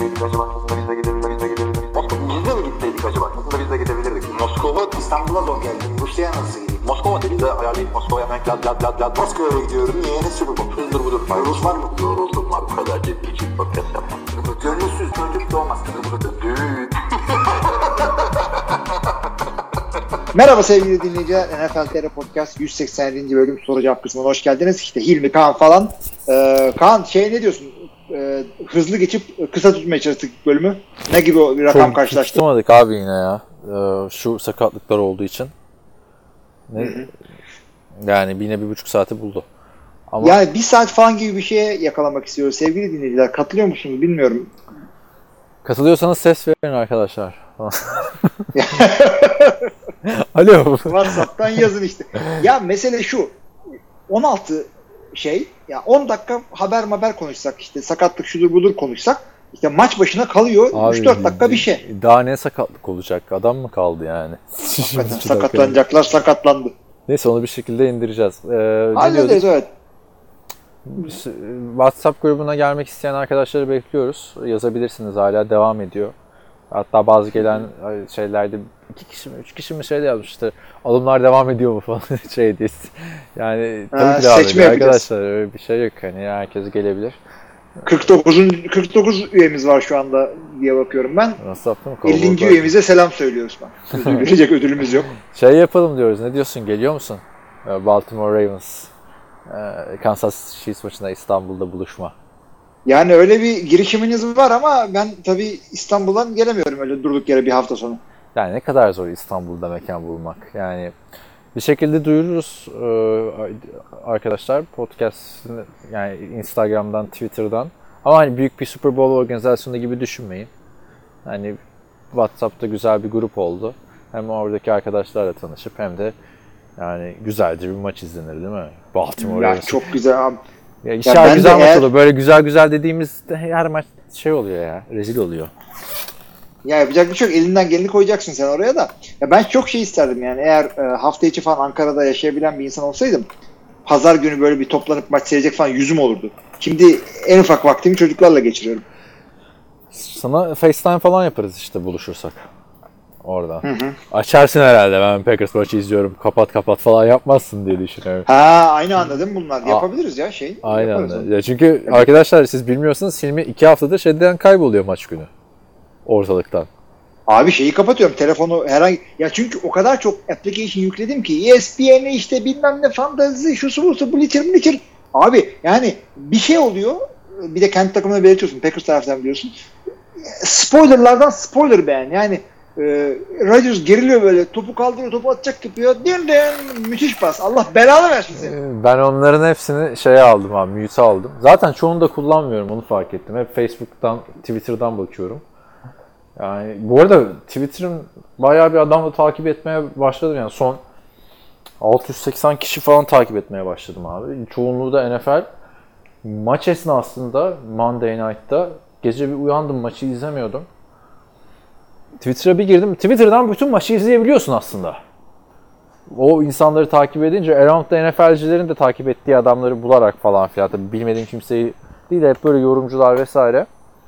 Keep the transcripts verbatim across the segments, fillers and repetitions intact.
gitseydik acaba? Aslında biz de gidebilirdik. Biz de gidebilirdik. Biz de mi gitseydik acaba? Aslında biz de gidebilirdik. Moskova, İstanbul'a zor geldim. Rusya'ya nasıl gideyim? Moskova dedi de ayarlayıp Moskova'ya hemen lad lad lad lad. Moskova'ya gidiyorum. Niye? Ne sürü bu? Hızdır budur. Rus var mı? Yoruldum var. Bu kadar ciddi için podcast yapmam. Gönülsüz çocuk doğmaz. Düğün. Merhaba sevgili dinleyiciler. N F L T R Podcast yüz seksen yedinci bölüm soru cevap kısmına hoş geldiniz. İşte Hilmi, Kaan falan. Ee, Kaan şey ne diyorsun? Ee, hızlı geçip kısa tutmaya çalıştık bölümü. Ne gibi bir rakam Çok karşılaştık? tutamadık abi yine ya. Ee, şu sakatlıklar olduğu için. Ne? Hı hı. Yani yine bir buçuk saati buldu. Ama... Yani bir saat falan gibi bir şeye yakalamak istiyoruz sevgili dinleyiciler. Katılıyor musunuz bilmiyorum. Katılıyorsanız ses verin arkadaşlar. Alo. WhatsApp'tan yazın işte. Ya mesele şu. on altı şey ya on dakika haber haber konuşsak işte sakatlık şudur budur konuşsak işte maç başına kalıyor üç dört dakika bir şey. Daha ne sakatlık olacak? Adam mı kaldı yani? Sakatlanacaklar sakatlandı. Neyse onu bir şekilde indireceğiz. Ee, Hallederiz evet. WhatsApp grubuna gelmek isteyen arkadaşları bekliyoruz. Yazabilirsiniz, hala devam ediyor. Hatta bazı gelen şeylerde iki kişi mi, üç kişi mi şey de yazmıştı. Alımlar devam ediyor mu falan şey diye. Yani tabii ki devam ediyor arkadaşlar. Öyle bir şey yok. Hani herkes gelebilir. kırk dokuzun kırk dokuz üyemiz var şu anda diye bakıyorum ben. Nasıl yaptın? ellinci üyemize selam söylüyoruz ben. Ödül verecek ödülümüz yok. Şey yapalım diyoruz. Ne diyorsun? Geliyor musun? Baltimore Ravens. Kansas Chiefs maçında İstanbul'da buluşma. Yani öyle bir girişiminiz var ama ben tabii İstanbul'dan gelemiyorum öyle durduk yere bir hafta sonu. Yani ne kadar zor İstanbul'da mekan bulmak. Yani bir şekilde duyururuz arkadaşlar podcast'ını, yani Instagram'dan, Twitter'dan. Ama hani büyük bir Super Bowl organizasyonu gibi düşünmeyin. Hani WhatsApp'ta güzel bir grup oldu. Hem oradaki arkadaşlarla tanışıp hem de yani güzelce bir maç izlenir değil mi? Baltimore ya çok güzel abi. Ya işler ya güzel maç eğer... oluyor. Böyle güzel güzel dediğimizde her maç şey oluyor ya. Rezil oluyor. Ya yapacak bir şey yok. Elinden geleni koyacaksın sen oraya da. Ya ben çok şey isterdim yani. Eğer e, hafta içi falan Ankara'da yaşayabilen bir insan olsaydım pazar günü böyle bir toplanıp maç seyredecek falan yüzüm olurdu. Şimdi en ufak vaktimi çocuklarla geçiriyorum. Sana FaceTime falan yaparız işte buluşursak. Orada. Hı hı. Açarsın herhalde, ben Packers maçı izliyorum, kapat kapat falan yapmazsın diye düşünüyorum. Ha aynı anda değil mi bunlar? Yapabiliriz ya şey. Aynı anda. Ya çünkü evet. Arkadaşlar siz bilmiyorsanız Hilmi iki haftadır şeyden kayboluyor maç günü. Ortalıktan. Abi şeyi kapatıyorum. Telefonu herhangi... Ya çünkü o kadar çok application yükledim ki E S P N'i işte bilmem ne fantazi şusu busu Bleacher Bleacher. Abi yani bir şey oluyor. Bir de kendi takımını belirtiyorsun. Packers taraftan biliyorsun. Spoilerlardan spoiler beğen. Yani e, Rodgers geriliyor böyle. Topu kaldırıyor. Topu atacak yapıyor. Din din. Müthiş pas. Allah belanı versin seni. Ben onların hepsini şeye aldım abi. Mute'a aldım. Zaten çoğunu da kullanmıyorum. Onu fark ettim. Hep Facebook'tan, Twitter'dan bakıyorum. Yani bu arada Twitter'ın bayağı bir adamla takip etmeye başladım. Yani son altı yüz seksen kişi falan takip etmeye başladım abi. Çoğunluğu da N F L. Maç esnasında Monday Night'ta gece bir uyandım, maçı izlemiyordum. Twitter'a bir girdim. Twitter'dan bütün maçı izleyebiliyorsun aslında. O insanları takip edince Around the N F L'cilerin de takip ettiği adamları bularak falan filan. Tabii bilmediğim kimseyi değil de hep böyle yorumcular vesaire.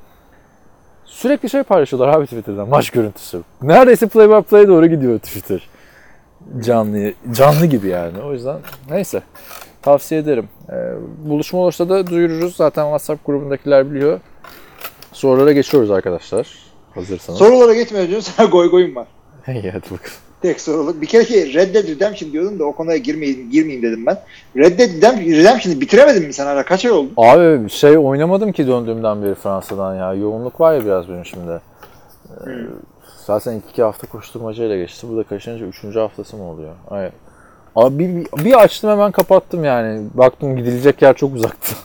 Sürekli şey paylaşıyorlar abi Twitter'dan, maç görüntüsü. Neredeyse play by play doğru gidiyor Twitter. Canlı canlı gibi yani. O yüzden neyse. Tavsiye ederim. Ee, buluşma olursa da duyururuz. Zaten WhatsApp grubundakiler biliyor. Sorulara geçiyoruz arkadaşlar. Hazırsanız. Sorulara geçmeden önce sana goy goyum var. İyi hadi bakalım. Tek soruluk. Bir kere ki Red Dead Redemption diyordun da o konuya girmeyeyim, girmeyeyim dedim ben. Red Dead Redemption'ı bitiremedin mi sen hala? Kaç ay oldu? Abi şey oynamadım ki döndüğümden beri Fransa'dan ya. Yoğunluk var ya biraz benim şimdi. Ee, hmm. Zaten ilk iki hafta koşturmacayla geçti. Bu da kaçıncı? Üçüncü haftası mı oluyor? Hayır. Abi bir, bir, bir açtım hemen kapattım yani. Baktım gidilecek yer çok uzaktı.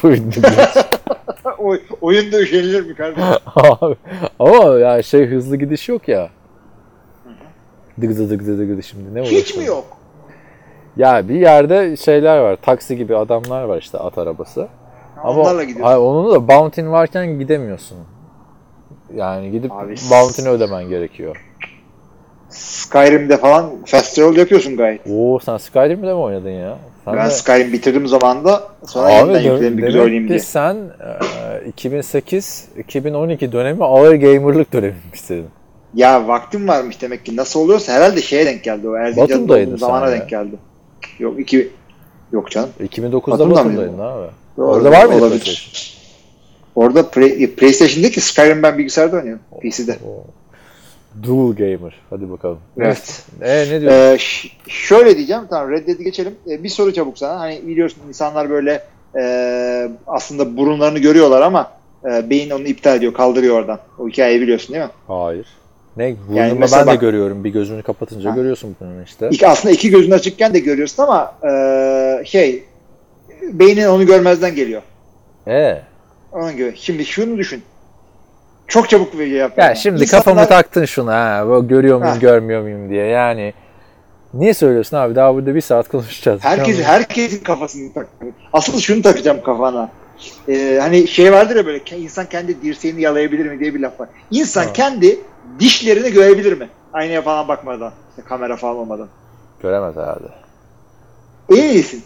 Oy, oyunda üşenilir mi kardeşim? Abi, ama ya şey hızlı gidiş yok ya. Dıgdı dıgdı dıgdı şimdi ne olur? Hiç mi yok? Ya bir yerde şeyler var. Taksi gibi adamlar var işte, at arabası. Ha, ama onlarla gidiyorsun. Hayır, onun da bounty'in varken gidemiyorsun. Yani gidip bounty'ni ödemen gerekiyor. Skyrim'de falan fast travel yapıyorsun gayet. Oo, sen Skyrim'de mi oynadın ya? Sen ben de... Skyrim bitirdim zamanında. Sonra Abi, yeniden yükledim bir güzel oynayayım diye. Sen iki bin sekiz iki bin on iki dönemi ağır gamerlık dönemiymiş senin. Ya vaktim varmış demek ki. Nasıl oluyorsa herhalde şeye denk geldi o. Erzincan'da olduğum zamana denk geldi. Yok iki Yok canım. iki bin dokuzda Batum'daydın abi. Doğru, orada var mıydı olabilir. PlayStation? Orada play, PlayStation değil ki Skyrim ben bilgisayarda oynuyorum. P C'de. Dual gamer. Hadi bakalım. Evet. Ee, ne diyorsun? Ee, ş- şöyle diyeceğim. Tamam Red Dead'i geçelim. Ee, bir soru çabuk sana. Hani biliyorsun insanlar böyle e, aslında burunlarını görüyorlar ama e, beyin onu iptal ediyor. Kaldırıyor oradan. O hikayeyi biliyorsun değil mi? Hayır. Ne? Burnumda Yani ben de bak, görüyorum. Bir gözünü kapatınca ha. görüyorsun bunu işte. İki, aslında iki gözün açıkken de görüyorsun ama e, şey beynin onu görmezden geliyor. Ee. Onun gibi. Şimdi şunu düşün. Çok çabuk bir şey yapıyor. Ya şimdi İnsanlar... kafamı taktın şuna ha. Görüyor muyum, ha. görmüyor muyum diye. Yani niye söylüyorsun abi? Daha burada bir saat konuşacağız. Herkes, tamam. herkesin kafasını takıyor. Asıl şunu takacağım kafana. Ee, hani şey vardır ya böyle insan kendi dirseğini yalayabilir mi diye bir laf var. İnsan ha. kendi dişlerini görebilir mi? Aynaya falan bakmadan. İşte kamera falan olmadan. Göremez herhalde. İyi misin?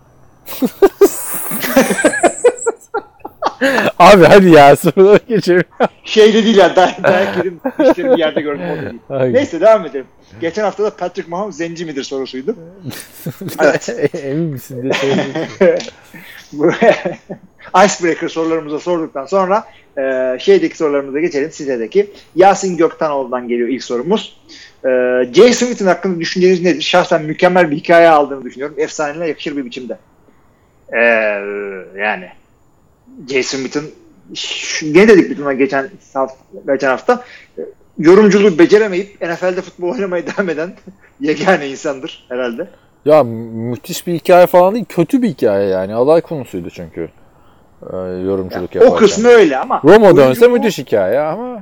Abi hadi ya sorulara geçelim. Şey de değil ya dayak dayak yedim dişleri bir yerde gördüm o da değil. Hayır. Neyse devam edelim. Geçen hafta da Patrick Mahomes zenci midir sorusuydu. Evet. Emin misin diye söyleyeyim. Icebreaker sorularımıza sorduktan sonra e, şeydeki sorularımıza geçelim Site'deki. Yasin Göktanoğlu'dan geliyor ilk sorumuz. E, Jay Smith'in hakkında düşünceniz nedir? Şahsen mükemmel bir hikaye aldığını düşünüyorum. Efsaneyle yakışır bir biçimde. E, yani Jay Smith'in ne dedik biz buna geçen hafta, geçen hafta yorumculuğu beceremeyip N F L'de futbol oynamaya devam eden yegane insandır herhalde. Ya müthiş bir hikaye falan değil, kötü bir hikaye yani. Alay konusuydu çünkü. Ee, yorumculuk ya, yaparken. o kısmı öyle ama. Roma dönse müthiş hikaye ama.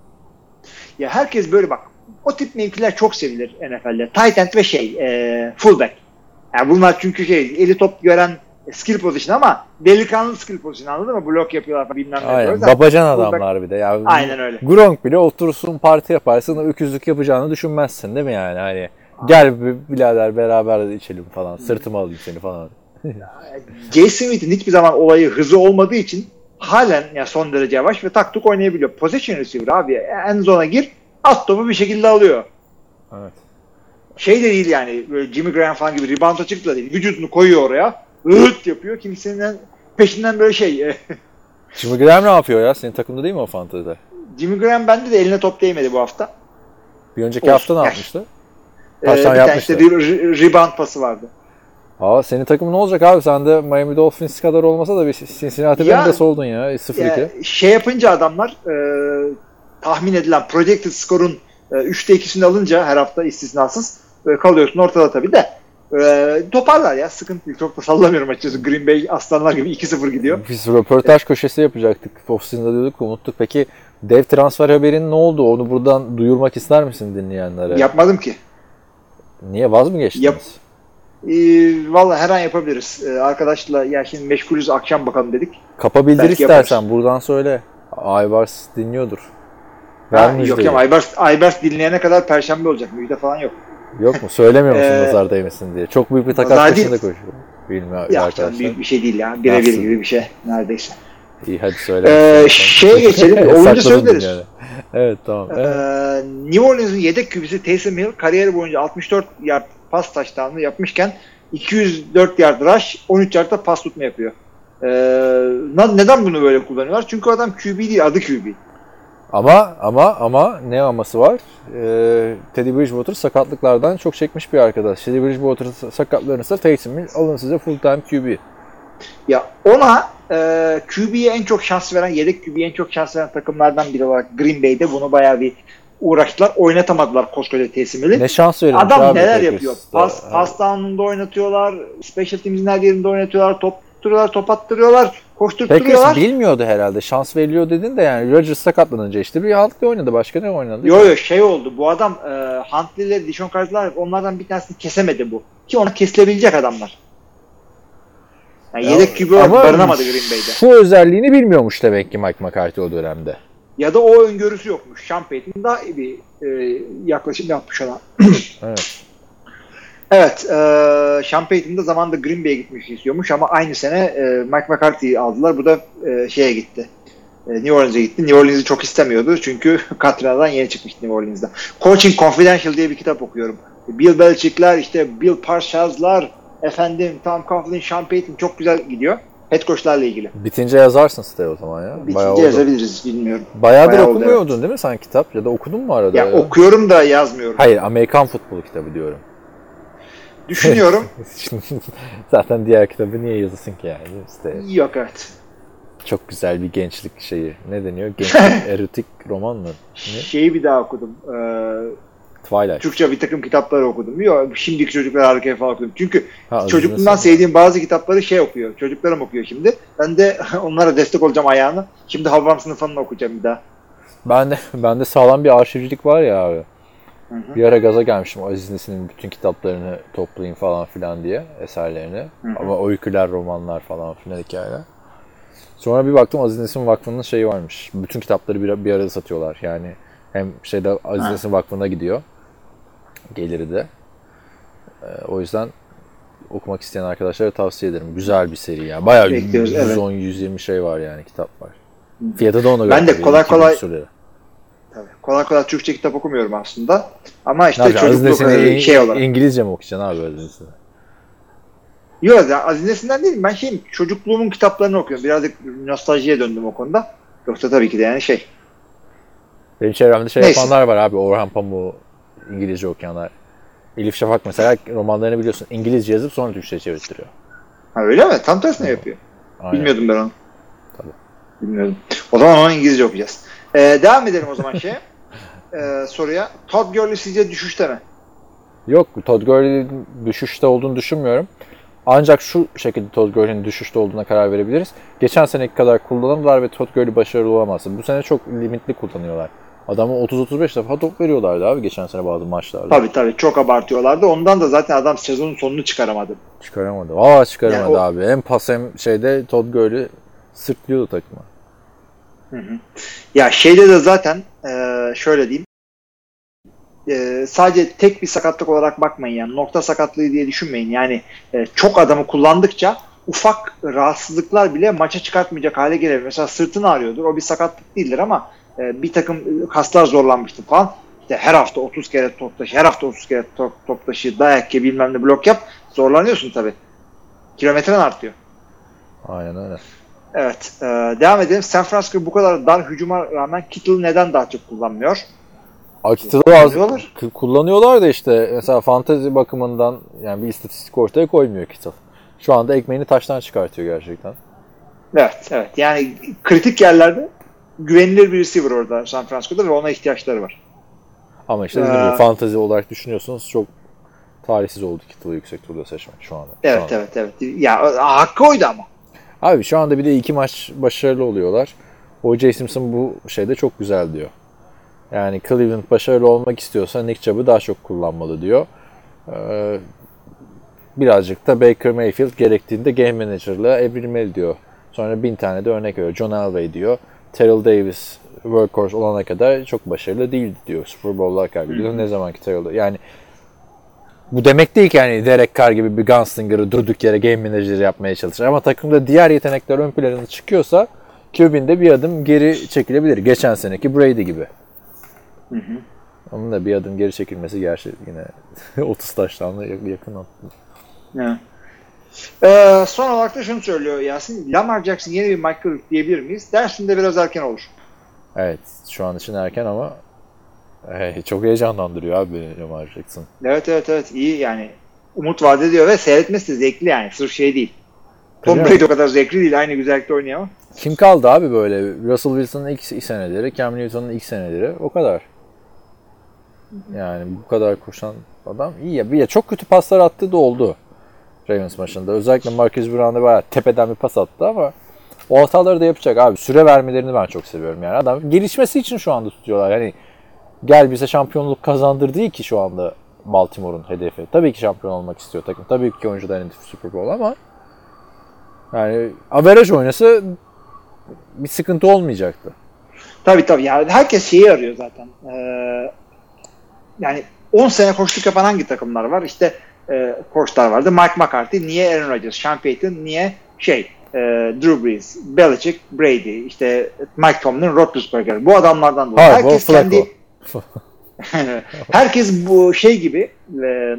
Ya herkes böyle bak. O tip mevkiler çok sevilir N F L'de. Tight end ve şey, e, fullback. Yani bunlar çünkü şey, eli top gören skill position ama delikanlı skill position, anladın mı? Blok yapıyorlar bilmem ne. Aynen. Yapıyorlar. Babacan adamlar bir de. Ya, aynen öyle. Gronk bile otursun parti yaparsın, öküzlük yapacağını düşünmezsin değil mi yani? Hani gel birader beraber içelim falan. Sırtıma alayım seni falan. Jay Smith'in hiçbir zaman olayı hızı olmadığı için halen yani son derece yavaş ve taktik oynayabiliyor. Possession receiver abi. En zona gir, at topu bir şekilde alıyor. Evet. Şey de değil yani böyle Jimmy Graham falan gibi rebound'a çıktı da değil. Vücudunu koyuyor oraya. Hıt yapıyor. Kimsenin peşinden böyle şey. Jimmy Graham ne yapıyor ya? Senin takımda değil mi o fantezide? Jimmy Graham bende de eline top değmedi bu hafta. Bir önceki Olsun. hafta ne Yani. yapmıştı? Kaç Ee, tane bir yapmıştı? tane işte re- rebound pası vardı. Aa, senin takımın ne olacak abi? Sen de Miami Dolphins kadar olmasa da bir Cincinnati Bengals'de oldun ya. sıfır iki. Ya, şey yapınca adamlar e, tahmin edilen projected score'un e, üçte ikisini alınca her hafta istisnasız e, kalıyorsun ortada tabii de. E, toparlar ya. Sıkıntı değil. Çok da sallamıyorum açıkçası. Green Bay aslanlar gibi iki sıfır gidiyor. Biz röportaj köşesi yapacaktık. Off-season'da diyorduk unuttuk. Peki dev transfer haberinin ne oldu? Onu buradan duyurmak ister misin dinleyenlere? Yapmadım ki. Niye vaz mı geçtiniz? Yap. E, Valla her an yapabiliriz. E, arkadaşla ya şimdi meşgulüz akşam bakalım dedik. Kapabildir belki istersen. yaparız. Buradan söyle. Aybars dinliyordur. Ha, yok ya Aybars, Aybars dinleyene kadar Perşembe olacak. Müjde falan yok. Yok mu? Söylemiyor musun ee, nazar değmesin diye. Çok büyük bir takas peşinde koşuyor. Bilmiyorum ya arkadaşlar. büyük bir şey değil ya. Birebir gibi bir şey neredeyse. İyi hadi söyle. Ee, şeye geçelim. Oyuncu söyleriz. Yani. Evet tamam. Ee, evet. New Orleans'ın yedek kübisi Taysom Hill kariyeri boyunca altmış dört yard pas touchdown'ı yapmışken iki yüz dört yard rush, on üç yardta pas tutma yapıyor. Ee, neden bunu böyle kullanıyorlar? Çünkü adam Q B değil, adı Q B. Ama ama ama ne aması var? Ee, Teddy Bridgewater sakatlıklardan çok çekmiş bir arkadaş. Teddy Bridgewater sakatlanırsa Taysom Hill alın size full time Q B. Ya ona e, Q B'ye en çok şans veren, yedek Q B'ye en çok şans veren takımlardan biri olarak Green Bay'de bunu bayağı bir uğraştılar. Oynatamadılar koskoca Taysom Hill'i. Ne şans verilmiş adam abi. neler yapıyor? Işte. Pas, pas down'unda oynatıyorlar. Special teams'in her yerinde oynatıyorlar. Top tutturuyorlar, top attırıyorlar. Koşturtturuyorlar. Packers bilmiyordu herhalde. Şans veriliyor dedin de yani Rodgers sakatlanınca işte bir haltlı oynadı. Başka ne oynadı? Yo yo şey oldu. Bu adam e, Huntley ile Dishon Kazlar onlardan bir tanesini kesemedi bu. Ki ona kesilebilecek adamlar. Yani yedek Q B barınamadı Green Bay'de. Şu özelliğini bilmiyormuş demek ki Mike McCarthy o dönemde. Ya da o öngörüsü yokmuş. Sean Payton daha iyi bir e, yaklaşım yapmış ona. Evet. Evet. E, Sean Payton da zamanında Green Bay'e gitmek istiyormuş ama aynı sene e, Mike McCarthy'yi aldılar. Bu da e, şeye gitti. New Orleans'a gitti. New Orleans'ı çok istemiyordu. Çünkü Katrina'dan yeni çıkmıştı New Orleans'da. Coaching Confidential diye bir kitap okuyorum. Bill Belichick'ler, işte Bill Parcells'lar, efendim Tom Coughlin, Sean Payton çok güzel gidiyor. Head coach'larla ilgili. Bitince yazarsın site o zaman ya. Bitince Bayağı yazabiliriz, bilmiyorum. Bayağıdır Bayağı okumuyordun oldu, evet. değil mi sen kitap? Ya da okudun mu arada? Ya, ya okuyorum da yazmıyorum. Hayır, Amerikan futbolu kitabı diyorum. Düşünüyorum. Zaten diğer kitabı niye yazasın ki yani? İşte Yok, evet. çok güzel bir gençlik şeyi. Ne deniyor? Gençlik erotik roman mı? Ne? Şeyi bir daha okudum. Ee, Twilight. Türkçe bir takım kitapları okudum. Yok, şimdiki çocuklar harika falan okudum. Çünkü Ha, çocukluğumdan sevdiğim bazı kitapları şey okuyor. Çocuklarım okuyor şimdi. Ben de onlara destek olacağım ayağını. Şimdi Habram sınıfını okuyacağım bir daha. Ben de, ben de sağlam bir arşivcilik var ya abi. Hı hı. Bir ara gaza gelmiştim Aziz Nesin'in bütün kitaplarını toplayayım falan filan diye, eserlerini. Hı hı. Ama öyküler, romanlar falan filan hikayeler. Sonra bir baktım Aziz Nesin Vakfı'nın şeyi varmış. Bütün kitapları bir, bir arada satıyorlar. Yani hem şeyde Aziz Ha. Nesin Vakfı'na gidiyor. Geliri de. Ee, o yüzden okumak isteyen arkadaşlara tavsiye ederim. Güzel bir seri yani. Bayağı Bekliyoruz, yüz on yüz yirmi şey var yani, kitap var. Fiyatı da ona göre. Ben de tabii, kolay iki bin kolay- küsur lira. Tabii. Kolay kolay Türkçe kitap okumuyorum aslında. Ama Ne işte yapacaksın? Aziz çocukluk Nesin'i e, şey olarak. İngilizce mi okuyacaksın abi Aziz Nesin'i? Yok ya, Aziz Nesin'den değil. Ben şeyim, çocukluğumun kitaplarını okuyorum. Birazcık nostaljiye döndüm o konuda. Yoksa tabii ki de yani şey. Benim çevremde şey Neyse. yapanlar var abi. Orhan Pamuk'u İngilizce okuyanlar. Elif Şafak mesela romanlarını biliyorsun İngilizce yazıp sonra Türkçe çevirtiriyor. Ha, öyle mi? Tam tersine yapıyor. Aynen. Bilmiyordum ben onu. Tabii. Bilmiyordum. O zaman onu İngilizce okuyacağız. Ee, devam edelim o zaman şeye. Ee, soruya. Todd Gurley sizce düşüşte mi? Yok, Todd Gurley'in düşüşte olduğunu düşünmüyorum. Ancak şu şekilde Todd Gurley'in düşüşte olduğuna karar verebiliriz. Geçen seneki kadar kullanırlar ve Todd Gurley başarılı olamazsın. Bu sene çok limitli kullanıyorlar. Adamı otuz otuz beş defa top veriyorlardı abi geçen sene bazı maçlarda. Tabii tabii, çok abartıyorlardı. Ondan da zaten adam sezonun sonunu çıkaramadı. Çıkaramadı. Valla çıkaramadı Yani o- abi. Hem pas hem şeyde Todd Gurley sırtlıyordu takımı. Hı hı. Ya şeyde de zaten e, şöyle diyeyim. E, sadece tek bir sakatlık olarak bakmayın yani. Nokta sakatlığı diye düşünmeyin. Yani e, çok adamı kullandıkça ufak rahatsızlıklar bile maça çıkartmayacak hale gelebilir. Mesela sırtını ağrıyordur. O bir sakatlık değildir ama e, bir takım kaslar zorlanmıştır falan. İşte her hafta otuz kere top taşı, her hafta otuz kere top, top taşı, dayak ye, bilmem ne blok yap. Zorlanıyorsun tabii. Kilometren artıyor. Aynen öyle. Evet. E, devam edelim. San Francisco bu kadar dar hücuma rağmen Kittle'ı neden daha çok kullanmıyor? Akit'i az Kullanıyorlar. k- kullanıyorlar da işte mesela fantezi bakımından yani bir istatistik ortaya koymuyor Kittle. Şu anda ekmeğini taştan çıkartıyor gerçekten. Evet. Evet. Yani kritik yerlerde güvenilir bir receiver orada San Francisco'da ve ona ihtiyaçları var. Ama işte dediğim gibi Ee, fantezi olarak düşünüyorsanız çok talihsiz oldu Kittle'ı yüksek turda seçmek şu anda. Şu Evet anda. evet evet. Ya hakkı oydu ama. Abi şu anda bir de iki maç başarılı oluyorlar. O J. Simpson bu şeyde çok güzel diyor. Yani Cleveland başarılı olmak istiyorsa Nick Chubb'ı daha çok kullanmalı diyor. Ee, birazcık da Baker Mayfield gerektiğinde game manager'la evrilmeli diyor. Sonra bin tane de örnek veriyor. John Elway diyor. Terrell Davis workhorse olana kadar çok başarılı değildi diyor. Super Bowl'lar kaybediyor. Ne zamanki Terrell yani bu demek değil ki yani Derek Carr gibi bir gunslinger'ı durduk yere game manager yapmaya çalışır. Ama takımda diğer yetenekler ön plana çıkıyorsa Q B'nin de bir adım geri çekilebilir. Geçen seneki Brady gibi. Hı hı. Onun da bir adım geri çekilmesi gerçi yine otuz taştanla yakın attı. Evet. Ee, son olarak da şunu söylüyor Yasin. Lamar Jackson yeni bir Michael diyebilir miyiz? Dersin de biraz erken olur. Evet, şu an için erken ama hey, çok heyecanlandırıyor abi beni Lamar Jackson. Evet evet evet. İyi yani. Umut vaat ediyor ve seyretmesi de zevkli yani. Sırf şey değil. Tom Öyle Brady mi? o kadar zevkli değil. Aynı güzellikte oynuyor ama. Kim kaldı abi böyle? Russell Wilson'ın ilk seneleri, Cam Newton'un ilk seneleri o kadar. Yani bu kadar koşan adam iyi ya. Bir ya çok kötü paslar attığı da oldu Ravens maçında. Özellikle Marcus Brown'a bayağı tepeden bir pas attı ama o hataları da yapacak abi. Süre vermelerini ben çok seviyorum yani. Adam gelişmesi için şu anda tutuyorlar. Hani gel bize şampiyonluk kazandır değil ki şu anda Baltimore'un hedefi. Tabii ki şampiyon olmak istiyor takım. Tabii ki oyuncuların hedefi Super Bowl ama yani average oynasa bir sıkıntı olmayacaktı. Tabii tabii. Yani herkes şeyi arıyor zaten. Ee, yani on sene koçluk yapan hangi takımlar var? İşte e, koçlar vardı. Mike McCarthy. Niye Aaron Rodgers? Sean Payton. Niye şey? e, Drew Brees, Belichick, Brady, işte Mike Tomlin, Roethlisberger. Bu adamlardan dolayı. Hayır, Herkes bu kendi herkes bu şey gibi e,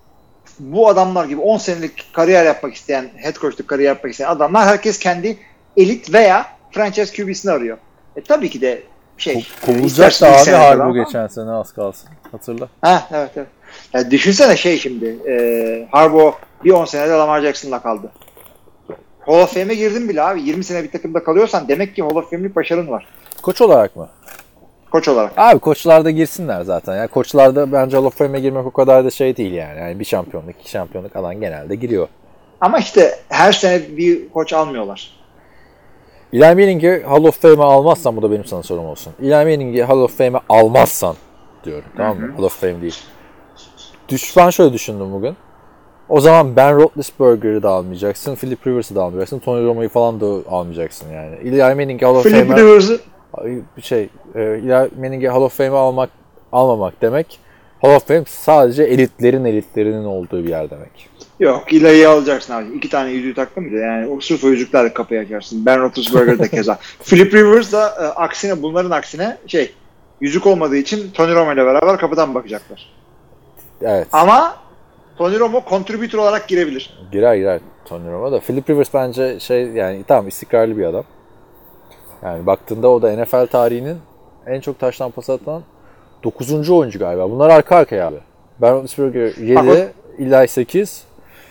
bu adamlar gibi on senelik kariyer yapmak isteyen, head coachluk kariyer yapmak isteyen adamlar herkes kendi elit veya franchise Q B'sini arıyor. E tabii ki de şey kovulacak da abi Harbaugh geçen sene az kalsın. Hatırla. Ha evet evet. Yani düşünsene şey şimdi e, Harbaugh bir on senede Lamar Jackson'la kaldı. Hall of Fame'e girdin bile abi. yirmi sene bir takımda kalıyorsan demek ki Hall of Fame'lik başarın var. Koç olarak mı? Koç olarak. Abi koçlarda girsinler zaten. Yani koçlarda bence Hall of Fame'e girmek o kadar da şey değil yani. Yani bir şampiyonluk, iki şampiyonluk alan genelde giriyor. Ama işte her sene bir koç almıyorlar. Eli Manning'i Hall of Fame'e almazsan, bu da benim sana sorum olsun. Eli Manning'i Hall of Fame'e almazsan diyorum, tamam mı? Hall of Fame değil. Düş, ben şöyle düşündüm bugün. O zaman Ben Roethlisberger'ı da almayacaksın, Philip Rivers'ı da almayacaksın, Tony Romo'yu falan da almayacaksın yani. Eli Manning'i Hall of Fame'e... Philip Rivers'ı... Bir şey, Eli Manning'i Hall of Fame'e almak, almamak demek, Hall of Fame sadece elitlerin elitlerinin olduğu bir yer demek. Yok, Eli'yi alacaksın abi. İki tane yüzüğü taktın mı? Yani o sırf o yüzüklerle kapıyı açarsın. Ben Roethlisberger de keza. Philip Rivers da e, aksine, bunların aksine şey, yüzük olmadığı için Tony Romo ile beraber kapıdan bakacaklar. Evet. Ama Tony Romo contributor olarak girebilir. Girer girer Tony Romo da. Philip Rivers bence şey, yani tamam, istikrarlı bir adam. Yani baktığında o da N F L tarihinin en çok taştan pas atan dokuzuncu oyuncu galiba. Bunlar arka arkaya abi. Ben Roethlisberger yedi, Eli sekiz,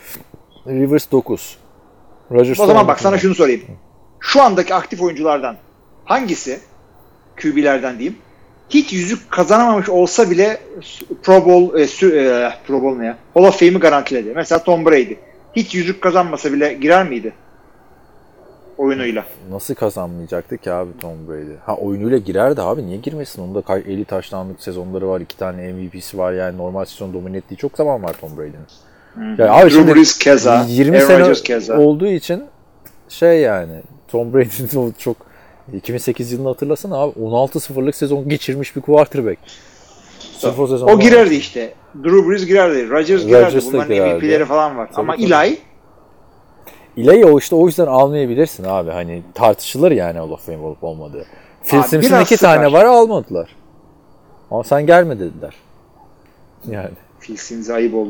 Rivers dokuz. Rodgers o zaman bak sana şunu sorayım. Şu andaki aktif oyunculardan hangisi, Q B'lerden diyeyim, hiç yüzük kazanamamış olsa bile Pro Bowl, e, sü, e, Pro Bowl ne ya? Hall of Fame'i garantiledi. Mesela Tom Brady. Hiç yüzük kazanmasa bile girer miydi? Oyunuyla. Nasıl kazanmayacaktı ki abi Tom Brady? Ha, oyunuyla girerdi abi. Niye girmesin? Onun da elli taşlanlık sezonları var. iki tane M V P'si var. Yani normal sezon domine ettiği çok zaman var Tom Brady'nin. Yani abi Drew Brees keza, yirmi Aaron sene Rodgers keza olduğu için şey, yani Tom Brady'nin çok iki bin sekiz yılını hatırlasana abi, on altı sıfırlık sezon geçirmiş bir quarterback. O, o girerdi işte. Drew Brees girerdi. Rodgers girerdi. Rodgers bunların M V P'leri falan var. Tabii, ama tabii. Eli Eli'yi o işte o yüzden almayabilirsin abi. Hani tartışılır yani Hall of Fame olup olmadığı. Phil Sims'in iki süper. tane var, almadılar. Ama sen gelme dediler. Yani. Phil Sims'e ayıp oldu.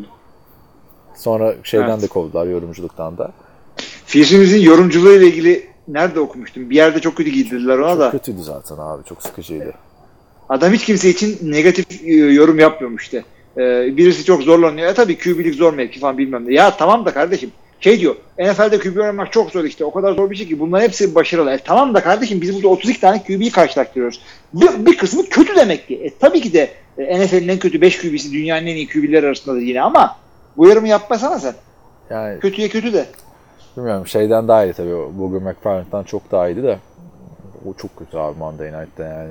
Sonra şeyden Evet. de kovdular, yorumculuktan da. Phil Sims'in yorumculuğu ile ilgili nerede okumuştum? Bir yerde çok kötü giydirdiler ona çok da. Çok kötüydü zaten abi. Çok sıkıcıydı. Adam hiç kimse için negatif yorum yapmıyormuş işte. Ee, birisi çok zorlanıyor. E tabii Q B'lik zor mevki falan bilmem ne. Ya tamam da kardeşim. Şey diyor, N F L'de Q B oynamak çok zor işte. O kadar zor bir şey ki bunların hepsi başarılı. E tamam da kardeşim, biz burada otuz iki tane Q B'yi karşılaştırıyoruz. Bir, bir kısmı kötü demek ki. E tabii ki de N F L'in en kötü beş Q B'si dünyanın en iyi Q B'ler arasındadır yine, ama bu yorumu yapmasana sen. Yani Kötüye kötü de. bilmiyorum, şeyden daha iyi tabii. Bugün McFarland'dan çok daha iyiydi de. O çok kötü abi Monday Night'ta yani.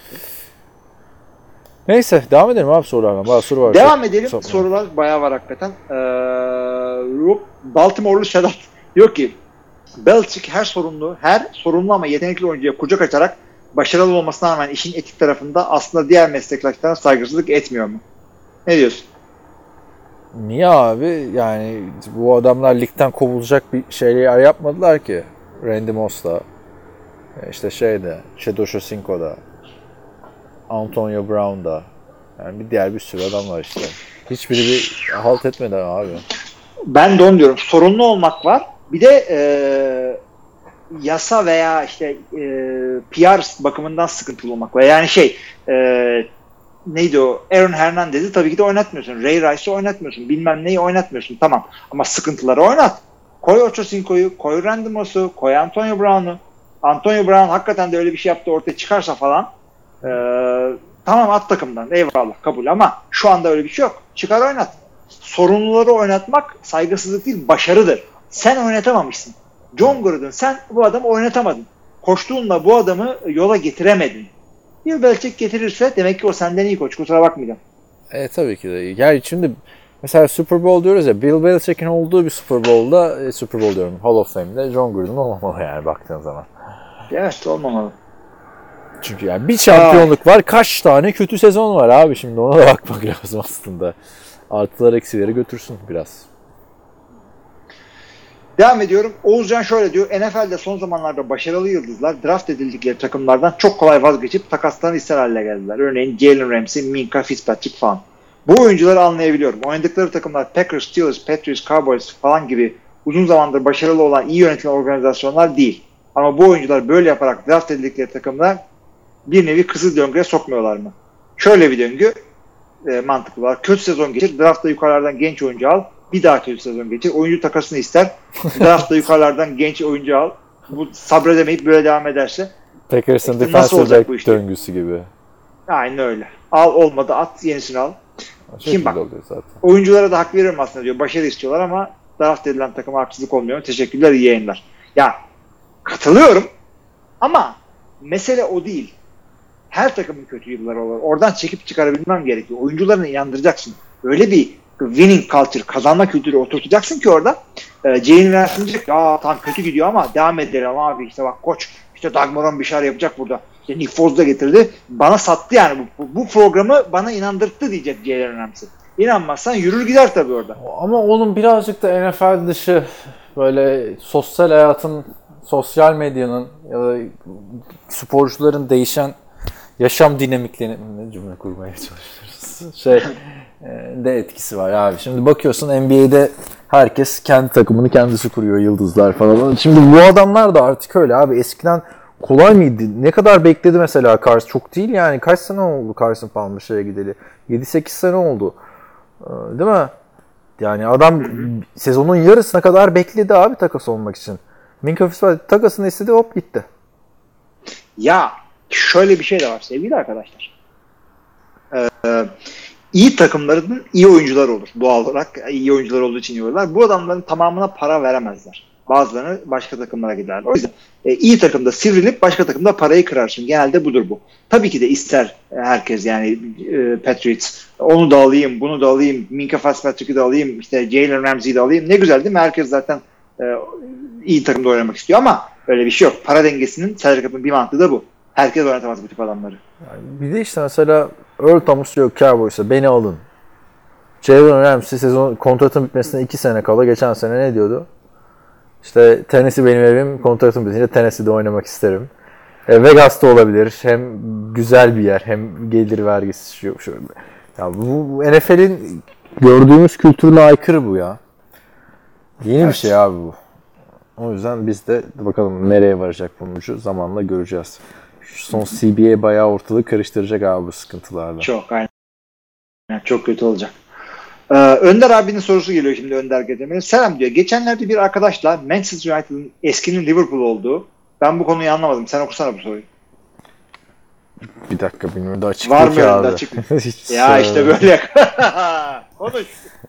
Neyse, devam edelim abi sorulardan. Bayağı soru var. Devam çok, edelim. çok, Sorular bayağı var hakikaten. Ee, Baltimore'lu Sedat diyor ki Belichick her sorumlu, her sorumlu ama yetenekli oyuncuya kucak açarak başarılı olmasına rağmen işin etik tarafında aslında diğer meslektaşlarına saygısızlık etmiyor mu? Ne diyorsun? Niye abi? Yani bu adamlar ligden kovulacak bir şeyler yapmadılar ki. Randy Moss'la, işte şeyde, Shadow Shosinko'da, Antonio Brown'da, yani bir diğer bir sürü adam var işte. Hiçbiri bir halt etmedi abi. Ben de onu diyorum. Sorumlu olmak var. Bir de e, yasa veya işte e, P R bakımından sıkıntılı olmak var. Yani şey e, neydi o? Aaron Hernandez'i tabii ki de oynatmıyorsun. Ray Rice'ı oynatmıyorsun. Bilmem neyi oynatmıyorsun. Tamam. Ama sıkıntıları oynat. Koy Ochocinco'yu, koy Randy Moss'u, koy Antonio Brown'u. Antonio Brown hakikaten de öyle bir şey yaptı ortaya çıkarsa falan e, tamam, at takımdan. Eyvallah, kabul, ama şu anda öyle bir şey yok. Çıkar oynat. Sorumluları oynatmak saygısızlık değil, başarıdır. Sen oynatamamışsın. John Gruden, sen bu adamı oynatamadın. Koştuğunla bu adamı yola getiremedin. Bill Belichick getirirse demek ki o senden iyi koç. Kusura bakmayacağım. E tabii ki de. Yani şimdi mesela Super Bowl diyoruz ya, Bill Belichick'in olduğu bir Super Bowl'da, e, Super Bowl diyorum, Hall of Fame'de John Gruden olmamalı yani baktığın zaman. Evet, olmamalı. Çünkü yani bir şampiyonluk var, kaç tane kötü sezon var abi, şimdi ona da bakmak lazım aslında. Artılar eksileri götürsün biraz. Devam ediyorum. Oğuzcan şöyle diyor. N F L'de son zamanlarda başarılı yıldızlar draft edildikleri takımlardan çok kolay vazgeçip takaslarını ister hale geldiler. Örneğin Jalen Ramsey, Minka Fitzpatrick falan. Bu oyuncuları anlayabiliyorum. Oynadıkları takımlar Packers, Steelers, Patriots, Cowboys falan gibi uzun zamandır başarılı olan iyi yönetilen organizasyonlar değil. Ama bu oyuncular böyle yaparak draft edildikleri takımlar bir nevi kısır döngüye sokmuyorlar mı? Şöyle bir döngü e, mantıklı var. Kötü sezon geçir, draftta yukarılardan genç oyuncu al. Bir daha kötü sezon geçir. Oyuncu takasını ister. Draftta yukarılardan genç oyuncu al. Bu sabredemeyip böyle devam ederse Packers'ın işte defensive back işte? Döngüsü gibi. Aynen öyle. Al olmadı at yenisini al. Şimdi bak zaten. Oyunculara da hak veririm aslında diyor. Başarı istiyorlar ama draft edilen takıma haksızlık olmuyor. Teşekkürler, iyi yayınlar. Ya katılıyorum ama mesele o değil. Her takımın kötü yılları olur. Oradan çekip çıkarabilmem gerekiyor. Oyuncularını inandıracaksın. Öyle bir winning culture, kazanma kültürü oturtacaksın ki orada e, Jane Ramsey diyecek ya tam kötü gidiyor ama devam edelim abi işte bak koç işte Doug Marrone bir şeyler yapacak burada. İşte Nick Foles da getirdi. Bana sattı yani bu, bu programı bana inandırttı diyecek Jalen Ramsey. İnanmazsan yürür gider tabii orada. Ama onun birazcık da N F L dışı böyle sosyal hayatın, sosyal medyanın ya da sporcuların değişen yaşam dinamiklerini ne cümle kurmaya çalışıyoruz. Şey de etkisi var abi. Şimdi bakıyorsun N B A'de herkes kendi takımını kendisi kuruyor, yıldızlar falan. Şimdi bu adamlar da artık öyle abi. Eskiden kolay mıydı? Ne kadar bekledi mesela Carson? Çok değil yani. Kaç sene oldu Carson Palmer'e gideli? yedi sekiz sene oldu. Değil mi? Yani adam sezonun yarısına kadar bekledi abi takas olmak için. Minka Fitzpatrick takasını istedi, hop gitti. Ya şöyle bir şey de var sevgili arkadaşlar. Ee, iyi takımların iyi oyuncular olur. Doğal olarak iyi oyuncular olduğu için iyi olurlar. Bu adamların tamamına para veremezler. Bazılarını başka takımlara giderler. O yüzden e, iyi takımda sivrilip başka takımda parayı kırarsın. Genelde budur bu. Tabii ki de ister herkes yani e, Patriots onu da alayım, bunu da alayım, Minka Fitzpatrick'i de alayım, işte Jalen Ramsey'i de alayım. Ne güzel değil mi? Herkes zaten e, iyi takımda oynamak istiyor ama öyle bir şey yok. Para dengesinin salary cap'ın bir mantığı da bu. Herkes oynatamaz bu tip adamları. Yani bir de işte mesela Earl Thomas diyor Cowboys'a beni alın. Jalen Ramsey sezon kontratın bitmesine iki sene kala geçen sene ne diyordu? İşte Tennessee benim evim, kontratım bitince Tennessee'de oynamak isterim. E, Vegas'ta olabilir. Hem güzel bir yer, hem gelir vergisi yok şöyle. Ya bu, bu N F L'in gördüğümüz kültürüne aykırı bu ya. Yeni evet. bir şey abi bu. O yüzden biz de bakalım nereye varacak bunun ucu zamanla göreceğiz. Şu son C B A bayağı ortalığı karıştıracak abi bu sıkıntılarla. Çok aynen. Çok kötü olacak. Ee, Önder abinin sorusu geliyor şimdi Önder Gedemir'in. Selam diyor. Geçenlerde bir arkadaşla Manchester United'ın eskinin Liverpool olduğu. Ben bu konuyu anlamadım. Sen okusana bu soruyu. Bir dakika bilmiyorum da açık var mı önünde açık mı? Ya işte böyle. Konuş.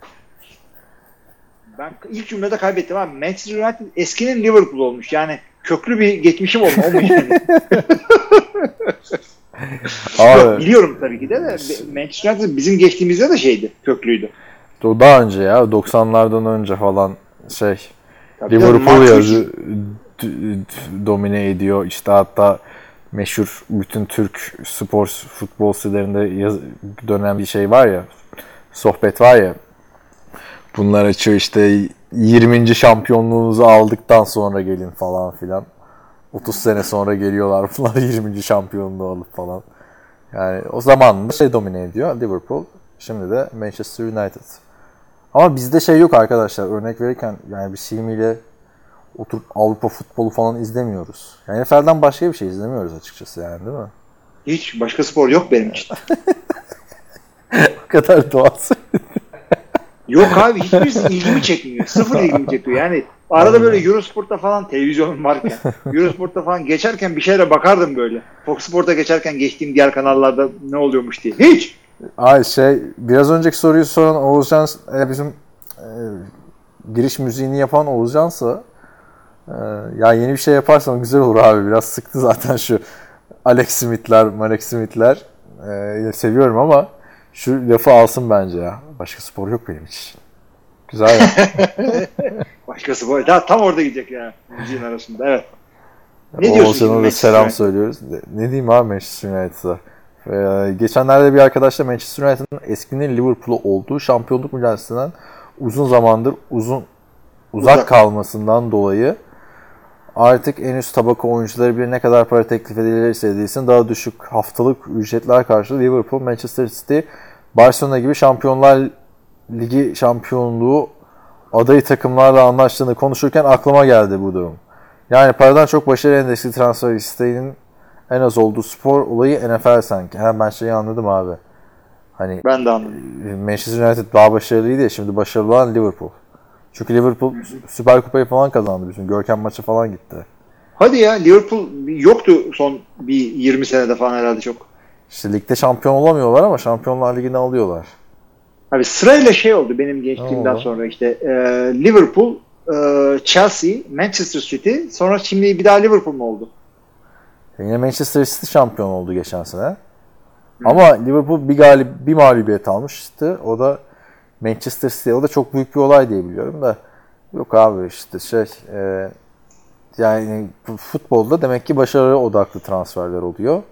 Ben ilk cümlede kaybettim abi. Manchester United eskinin Liverpool olmuş. Yani köklü bir geçmişim olmuş. olmuş yani. Yok, biliyorum tabii ki de, de Manchester United bizim geçtiğimizde de şeydi, köklüydü. Daha önce ya doksanlardan önce falan şey tabii Liverpool yazı domine ediyor. İşte hatta meşhur bütün Türk spor futbol sitelerinde yaz, dönen bir şey var ya, sohbet var ya. Bunlar açıyor işte yirminci şampiyonluğunuzu aldıktan sonra gelin falan filan. otuz sene sonra geliyorlar bunlar yirminci şampiyonluğu alıp falan. Yani o zaman da şey domine ediyor Liverpool. Şimdi de Manchester United. Ama bizde şey yok arkadaşlar. Örnek verirken yani bir silmiyle oturup Avrupa futbolu falan izlemiyoruz. Yani N F L'den başka bir şey izlemiyoruz açıkçası yani değil mi? Hiç başka spor yok benim için. O kadar doğası. Yok abi hiçbirisi ilgimi çekmiyor. Sıfır ilgimi çekiyor. Yani arada böyle Eurosport'ta falan televizyonum varken Eurosport'ta falan geçerken bir şeyle bakardım böyle. Fox Sport'a geçerken geçtiğim diğer kanallarda ne oluyormuş diye. Hiç! Ay şey biraz önceki soruyu soran Oğuzcan e, bizim e, giriş müziğini yapan Oğuzcan'sa e, ya yeni bir şey yaparsan güzel olur abi. Biraz sıktı zaten şu Alex Smith'ler, Alex Smith'ler e, seviyorum ama şu lafı alsın bence ya. Başka spor yok benim için. Güzel ya. Başka spor. Daha tam orada gidecek ya. Müziğin arasında. Evet. Ne diyorsun? Oğuzcan'a da selam söylüyoruz. Ne diyeyim abi Manchester United'a? Ee, geçenlerde bir arkadaşla Manchester United'ın eskinin Liverpool'u olduğu şampiyonluk mücadelesinden uzun zamandır uzun uzak, Uzak. kalmasından dolayı artık en üst tabaka oyuncuları bile ne kadar para teklif edilirse edilsin daha düşük haftalık ücretler karşılığı Liverpool, Manchester City, Barcelona gibi Şampiyonlar Ligi şampiyonluğu adayı takımlarla anlaştığını konuşurken aklıma geldi bu durum. Yani paradan çok başarı endeksli transfer isteğinin en az olduğu spor olayı N F L sanki. Ha, ben şeyi anladım abi. Hani Ben de anladım. Manchester United daha başarılıydı ya, şimdi başarılı olan Liverpool. Çünkü Liverpool Süper Kupayı falan kazandı bütün. Görkem maçı falan gitti. Hadi ya, Liverpool yoktu son bir yirmi senede falan herhalde çok. İşte ligde şampiyon olamıyorlar ama Şampiyonlar Ligi'ni alıyorlar. Abi sırayla şey oldu benim gençliğimden sonra işte e, Liverpool, e, Chelsea, Manchester City, sonra şimdi bir daha Liverpool mu oldu? Yine Manchester City şampiyon oldu geçen sene. Hı. Ama Liverpool bir galib bir mağlubiyet almıştı. O da Manchester City. O da çok büyük bir olay diye biliyorum da. Yok abi işte şey e, yani futbolda demek ki başarı odaklı transferler oluyor.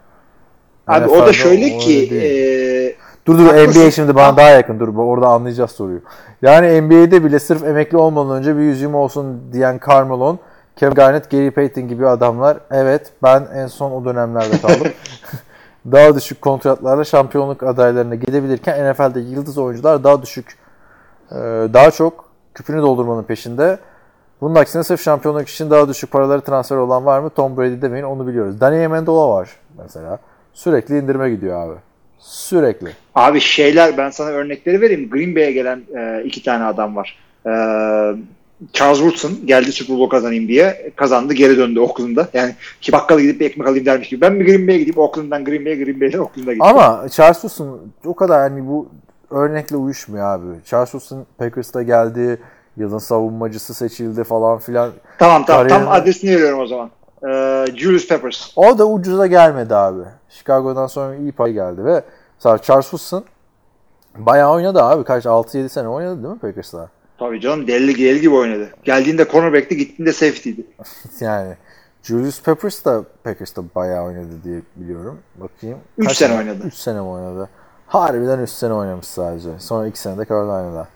Abi N F L'de o da şöyle ki e, dur dur haklısın. N B A şimdi bana daha yakın, dur orada anlayacağız soruyu. Yani N B A'de bile sırf emekli olmadan önce bir yüzüğüm olsun diyen Carmelo, Kevin Garnett, Gary Payton gibi adamlar, evet ben en son o dönemlerde kaldım. Daha düşük kontratlarla şampiyonluk adaylarına gidebilirken N F L'de yıldız oyuncular daha düşük, daha çok küpünü doldurmanın peşinde. Bunun aksine sırf şampiyonluk için daha düşük paraları transfer olan var mı? Tom Brady demeyin, onu biliyoruz. Danny Amendola var mesela. Sürekli indirime gidiyor abi. Sürekli. Abi şeyler, ben sana örnekleri vereyim. Green Bay'e gelen e, iki tane adam var. E, Charles Woodson geldi Super Bowl kazanayım diye. Kazandı, geri döndü Oakland'da. Yani ki bakkala gidip bir ekmek alayım dermiş gibi. Ben bir Green Bay'e gideyim, Oakland'dan Green Bay'e, Green Bay'den Oakland'a gideyim. Ama Charles Woodson o kadar yani bu örnekle uyuşmuyor abi. Charles Woodson Packers'ta geldi. Yılın savunmacısı seçildi falan filan. Tamam tamam. Kariyerin... Tam adresini veriyorum o zaman. Ee, Julius Peppers. O da ucuza gelmedi abi. Chicago'dan sonra iyi pay geldi ve Charles Woodson bayağı oynadı abi. Kaç altı yedi sene oynadı değil mi Packers'la? Tabii canım, deli, deli gibi oynadı. Geldiğinde cornerback'ti, gittiğinde safety'ydi. Yani Julius Peppers da Packers'ta bayağı oynadı diye biliyorum. Bakayım. üç sene oynadı. üç sene mi oynadı? Harbiden üç sene oynamış sadece. Sonra iki sene de Carolina'da.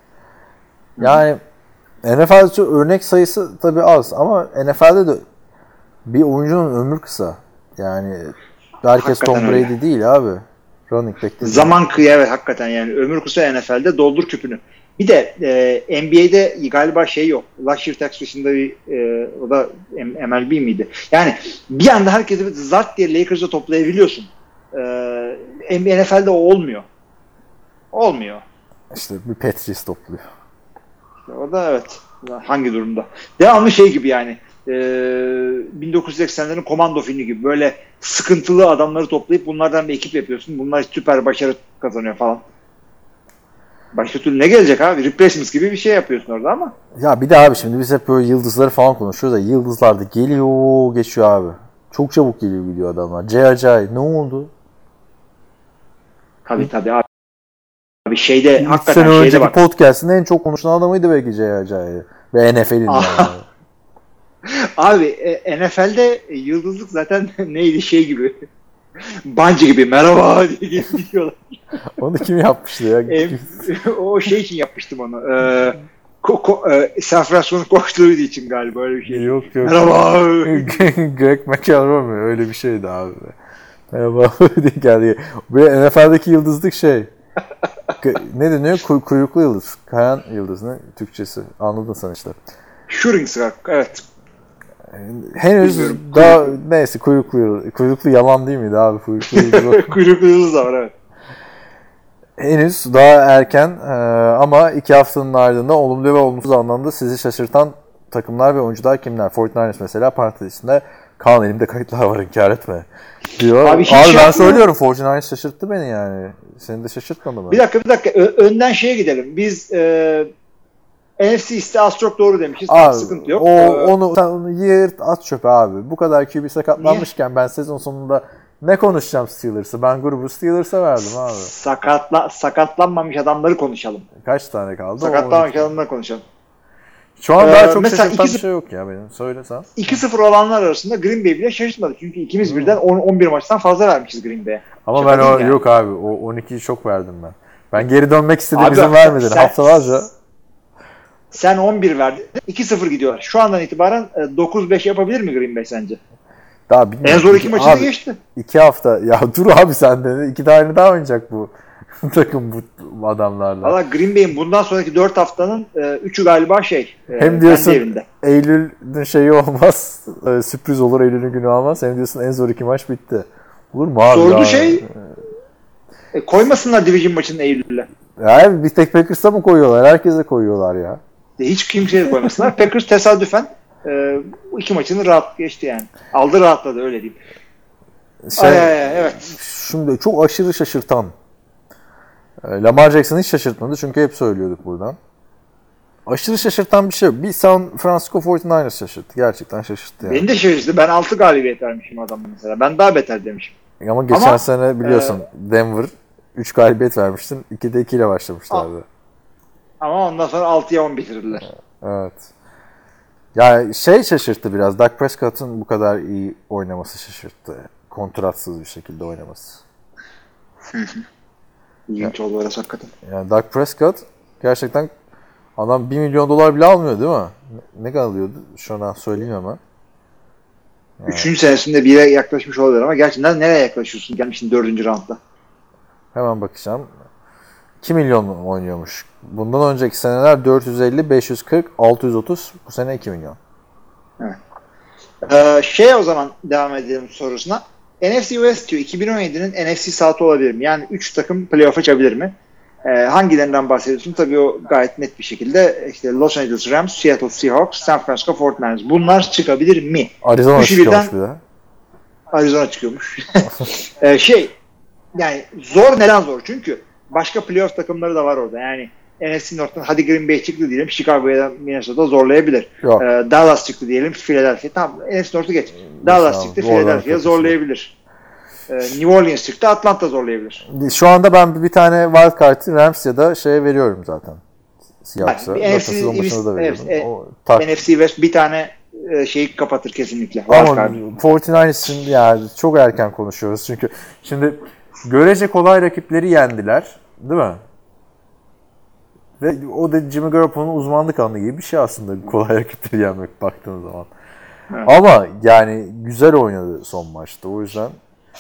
Yani N F L'de örnek sayısı tabii az ama N F L'de de bir oyuncunun ömrü kısa. Yani herkes Hakikaten Tom Brady öyle. Değil abi. Running back değil. Zaman kıya, evet hakikaten yani ömür kısa N F L'de, doldur küpünü. Bir de e, N B A'de galiba şey yok. Luxury tax dışında bir e, o da M L B miydi? Yani bir anda herkesi zart diye Lakers'a toplayabiliyorsun. E, N F L'de o olmuyor. Olmuyor. İşte bir Patriots topluyor. O da evet. Hangi durumda? Devamlı şey gibi yani. E, bin dokuz yüz seksenlerin komando filmi gibi. Böyle sıkıntılı adamları toplayıp bunlardan bir ekip yapıyorsun. Bunlar süper başarı kazanıyor falan. Başka türlü ne gelecek abi? Replacements gibi bir şey yapıyorsun orada ama. Ya bir de abi şimdi biz hep böyle yıldızları falan konuşuyoruz da yıldızlar da geliyor geçiyor abi. Çok çabuk geliyor gidiyor adamlar. J J ne oldu? Tabii tabii abi. Abi şeyde üç hakikaten sene şeyde önceki bak. podcast'ın en çok konuşulan adamıydı belki J J ve N F L'in yani. Abi e, N F L'de yıldızlık zaten neydi şey gibi. Bancı gibi merhaba diye gidiyorlar. Onu kim yapmıştı ya? E, o şey için yapmıştım onu. Ee, ko, ko, e, San Francisco'nun koçluğu için galiba öyle bir şey. Yok yok. Merhaba. Greg McElroy mu? Öyle bir şeydi abi. Merhaba diye geldi. Böyle N F L'deki yıldızlık şey. Ne deniyor? Kuy, kuyruklu yıldız. Kayan yıldız ne? Türkçesi. Anladın sen işte. Shooting star. Evet. Henüz Bilmiyorum. daha Kuyruklu. neyse kuyruklu yıldız. Kuyruklu yalan değil miydi abi? Kuyruklu yıldız. Kuyruklu yıldız da var evet. Henüz daha erken e, ama iki haftanın ardından olumlu ve olumsuz anlamda sizi şaşırtan takımlar ve oyuncular kimler? kırk dokuz ers mesela parantez içinde Kaan elimde kayıtlar var inkar etme diyor. Abi, Abi, hiç ben yapmıyor. söylüyorum kırk dokuz ers şaşırttı beni yani. Seni de şaşırtmadı mı? Bir dakika bir dakika. Ö- önden şeye gidelim. Biz e, N F C iste az çok doğru demişiz. Abi, Sıkıntı yok. O, Ee, onu, sen onu yırt at çöpe abi. Bu kadar Q B sakatlanmışken ben sezon sonunda ne konuşacağım Steelers'ı? Ben grubu Steelers'a verdim abi. Sakatla, sakatlanmamış adamları konuşalım. Kaç tane kaldı? Sakatlanmamış adamları konuşalım. Şu an daha Ee, çok mesela şaşırtan iki- bir şey yok ya benim. Söyle sen. iki sıfır olanlar arasında Green Bay bile şaşırtmadı. Çünkü ikimiz birden on on bir maçtan fazla vermişiz Green Bay'e. Ama Şaka ben o değil yani. yok abi. O on ikiyi çok verdim ben. Ben geri dönmek istedim Abi, izin vermedin sen- haftalarca. Sen on bir verdin. iki sıfır gidiyorlar. Şu andan itibaren dokuz beş yapabilir mi Green Bay sence? Daha en zor iki maçı da geçti. İki hafta. Ya dur abi sen de. İki tane daha oynayacak bu takım bu adamlarla. Valla Green Bay'in bundan sonraki dört haftanın üçü galiba şey. Hem diyorsun Eylül'ün şeyi olmaz. E, sürpriz olur Eylül'ün günü olmaz. Hem diyorsun en zor iki maç bitti. Olur mu abi? Sordu şey. E, koymasınlar Division maçını Eylül'e. Ya bir tek Packers'a mı koyuyorlar? Herkese koyuyorlar ya. E, hiç kimseye koymasınlar. Packers tesadüfen e, bu iki maçını rahat geçti yani. Aldı rahatladı öyle diyeyim. Şey, ay, ay, ay, evet. Şimdi çok aşırı şaşırtan. Lamar Jackson hiç şaşırtmadı çünkü hep söylüyorduk buradan. Aşırı şaşırtan bir şey. Bir San Francisco kırk dokuzlar şaşırttı. Gerçekten şaşırttı yani. Beni de şaşırttı. Ben altı galibiyet vermişim adamı mesela. Ben daha beter demişim. Ama geçen Ama, sene biliyorsun e, Denver üç galibiyet vermiştin. ikide iki ile başlamışlardı. Ama ondan sonra altıya on bitirdiler. Evet. Yani şey şaşırttı biraz. Dak Prescott'un bu kadar iyi oynaması şaşırttı. Kontratsız bir şekilde oynaması. İlginç oldu orası hakikaten. Yani Dak Prescott gerçekten adam bir milyon dolar bile almıyor değil mi? Ne kadar alıyordu? Şu an söyleyeyim ama. Yani. Üçüncü senesinde bir yere yaklaşmış olabilir ama gerçekten nereye yaklaşıyorsun? Gelmişsin dördüncü roundda. Hemen bakacağım. iki milyon oynuyormuş. Bundan önceki seneler dört yüz elli, beş yüz kırk, altı yüz otuz. Bu sene iki milyon. Evet. Ee, şey o zaman devam edelim sorusuna. N F C West diyor. iki bin on yedinin N F C South'u olabilir mi? Yani üç takım playoff açabilir mi? Ee, hangilerinden bahsediyorsun? Tabii o gayet net bir şekilde işte Los Angeles Rams, Seattle Seahawks, San Francisco forty-niners. Bunlar çıkabilir mi? Arizona çıkıyormuş bir de. Arizona çıkıyormuş. ee, şey yani zor neden zor? Çünkü başka playoff takımları da var orada. Yani N F C North'tan hadi Green Bay çıktı diyelim. Chicago'ya Minnesota zorlayabilir. Ee, Dallas çıktı diyelim. Philadelphia. Tamam N F C North'u geç. Dallas çıktı. Philadelphia zorlayabilir. Ee, New Orleans çıktı. Atlanta zorlayabilir. Şu anda ben bir tane wild card'ı Rams ya da şeye veriyorum zaten. Seahawks'a. N F C West bir tane şeyi kapatır kesinlikle. Ama kırk dokuzların yani çok erken konuşuyoruz. Çünkü şimdi görece kolay rakipleri yendiler. Değil mi? Ve o da Jimmy Garoppolo'nun uzmanlık alanı gibi bir şey aslında. Kolay rakipleri yenmek baktığın zaman. Evet. Ama yani güzel oynadı son maçta. O yüzden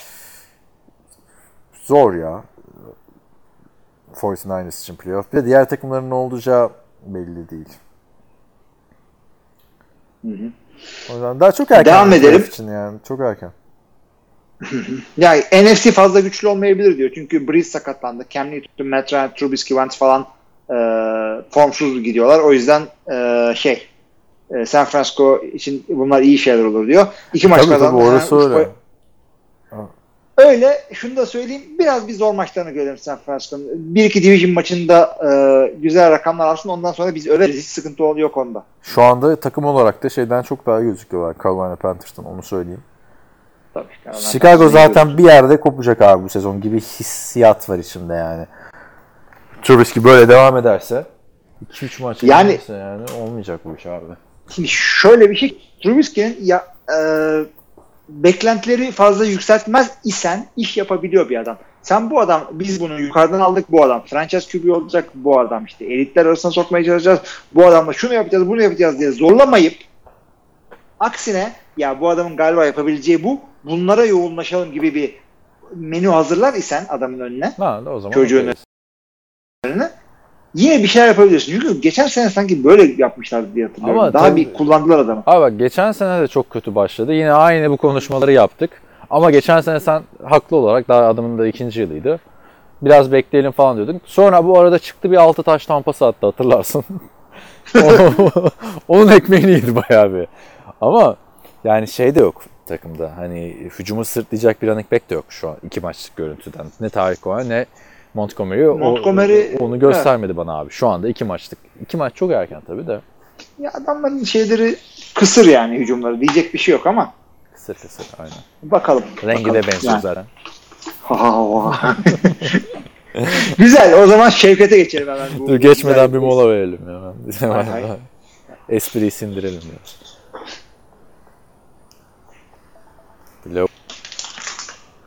zor ya. kırk dokuzlar için playoff. Bir de diğer takımların ne olacağı belli değil. Hı hı. O yüzden daha çok erken. Devam edelim. Için yani. Çok erken. Yani N F C fazla güçlü olmayabilir diyor. Çünkü Breeze sakatlandı. Cam Newton, Matt Ryan, Trubisky, Wentz falan e, formsuz gidiyorlar. O yüzden e, şey e, San Francisco için bunlar iyi şeyler olur diyor. İki maç kazandı. Tabii orası yani, öyle. Öyle. Şunu da söyleyeyim. Biraz bir zor maçlarını görelim San Francisco'nun. Bir iki division maçında e, güzel rakamlar alsın. Ondan sonra biz överiz. Hiç sıkıntı yok onda. Şu anda takım olarak da şeyden çok daha gözüküyorlar. Carolina Panthers'tan. Onu söyleyeyim. Tabii, Chicago zaten bir yerde kopacak abi bu sezon gibi hissiyat var içinde yani. Trubisky böyle devam ederse iki üç maç yani, yani olmayacak bu iş abi. Şimdi şöyle bir şey, Trubisky'nin ya e, beklentileri fazla yükseltmez isen iş yapabiliyor bir adam. Sen bu adam, biz bunu yukarıdan aldık bu adam. Franchise Q B olacak bu adam işte. Elitler arasına sokmaya çalışacağız. Bu adamla şunu yapacağız, bunu yapacağız diye zorlamayıp aksine ya bu adamın galiba yapabileceği bu. Bunlara yoğunlaşalım gibi bir menü hazırlar isen adamın önüne. Ha, o zaman çocuğun önüne. Yine bir şeyler yapabilirsin. Çünkü geçen sene sanki böyle yapmışlardı diye hatırlıyorum. Ama daha tabii, bir kullandılar adamı. Abi bak geçen sene de çok kötü başladı. Yine aynı bu konuşmaları yaptık. Ama geçen sene sen haklı olarak daha adamın da ikinci yılıydı. Biraz bekleyelim falan diyordun. Sonra bu arada çıktı bir altı taş tampası attı hatırlarsın. Onun ekmeğini yedi bayağı bir. Ama yani şey de yok takımda. Hani hücumu sırtlayacak bir running back de yok şu an iki maçlık görüntüden. Ne Tarık Cohen ne Montgomery, Montgomery o, onu göstermedi evet. Bana abi. Şu anda iki maçlık. İki maç çok erken tabii de. Ya adamların şeyleri kısır yani hücumları. Diyecek bir şey yok ama. Kısır kısır aynen. Bakalım. Rengi bakalım. de benziyor yani. Zaten. Güzel. O zaman Şevket'e geçelim hemen. Bu, Dur geçmeden bir mola verelim hemen. Hay hay. Espriyi sindirelim ya.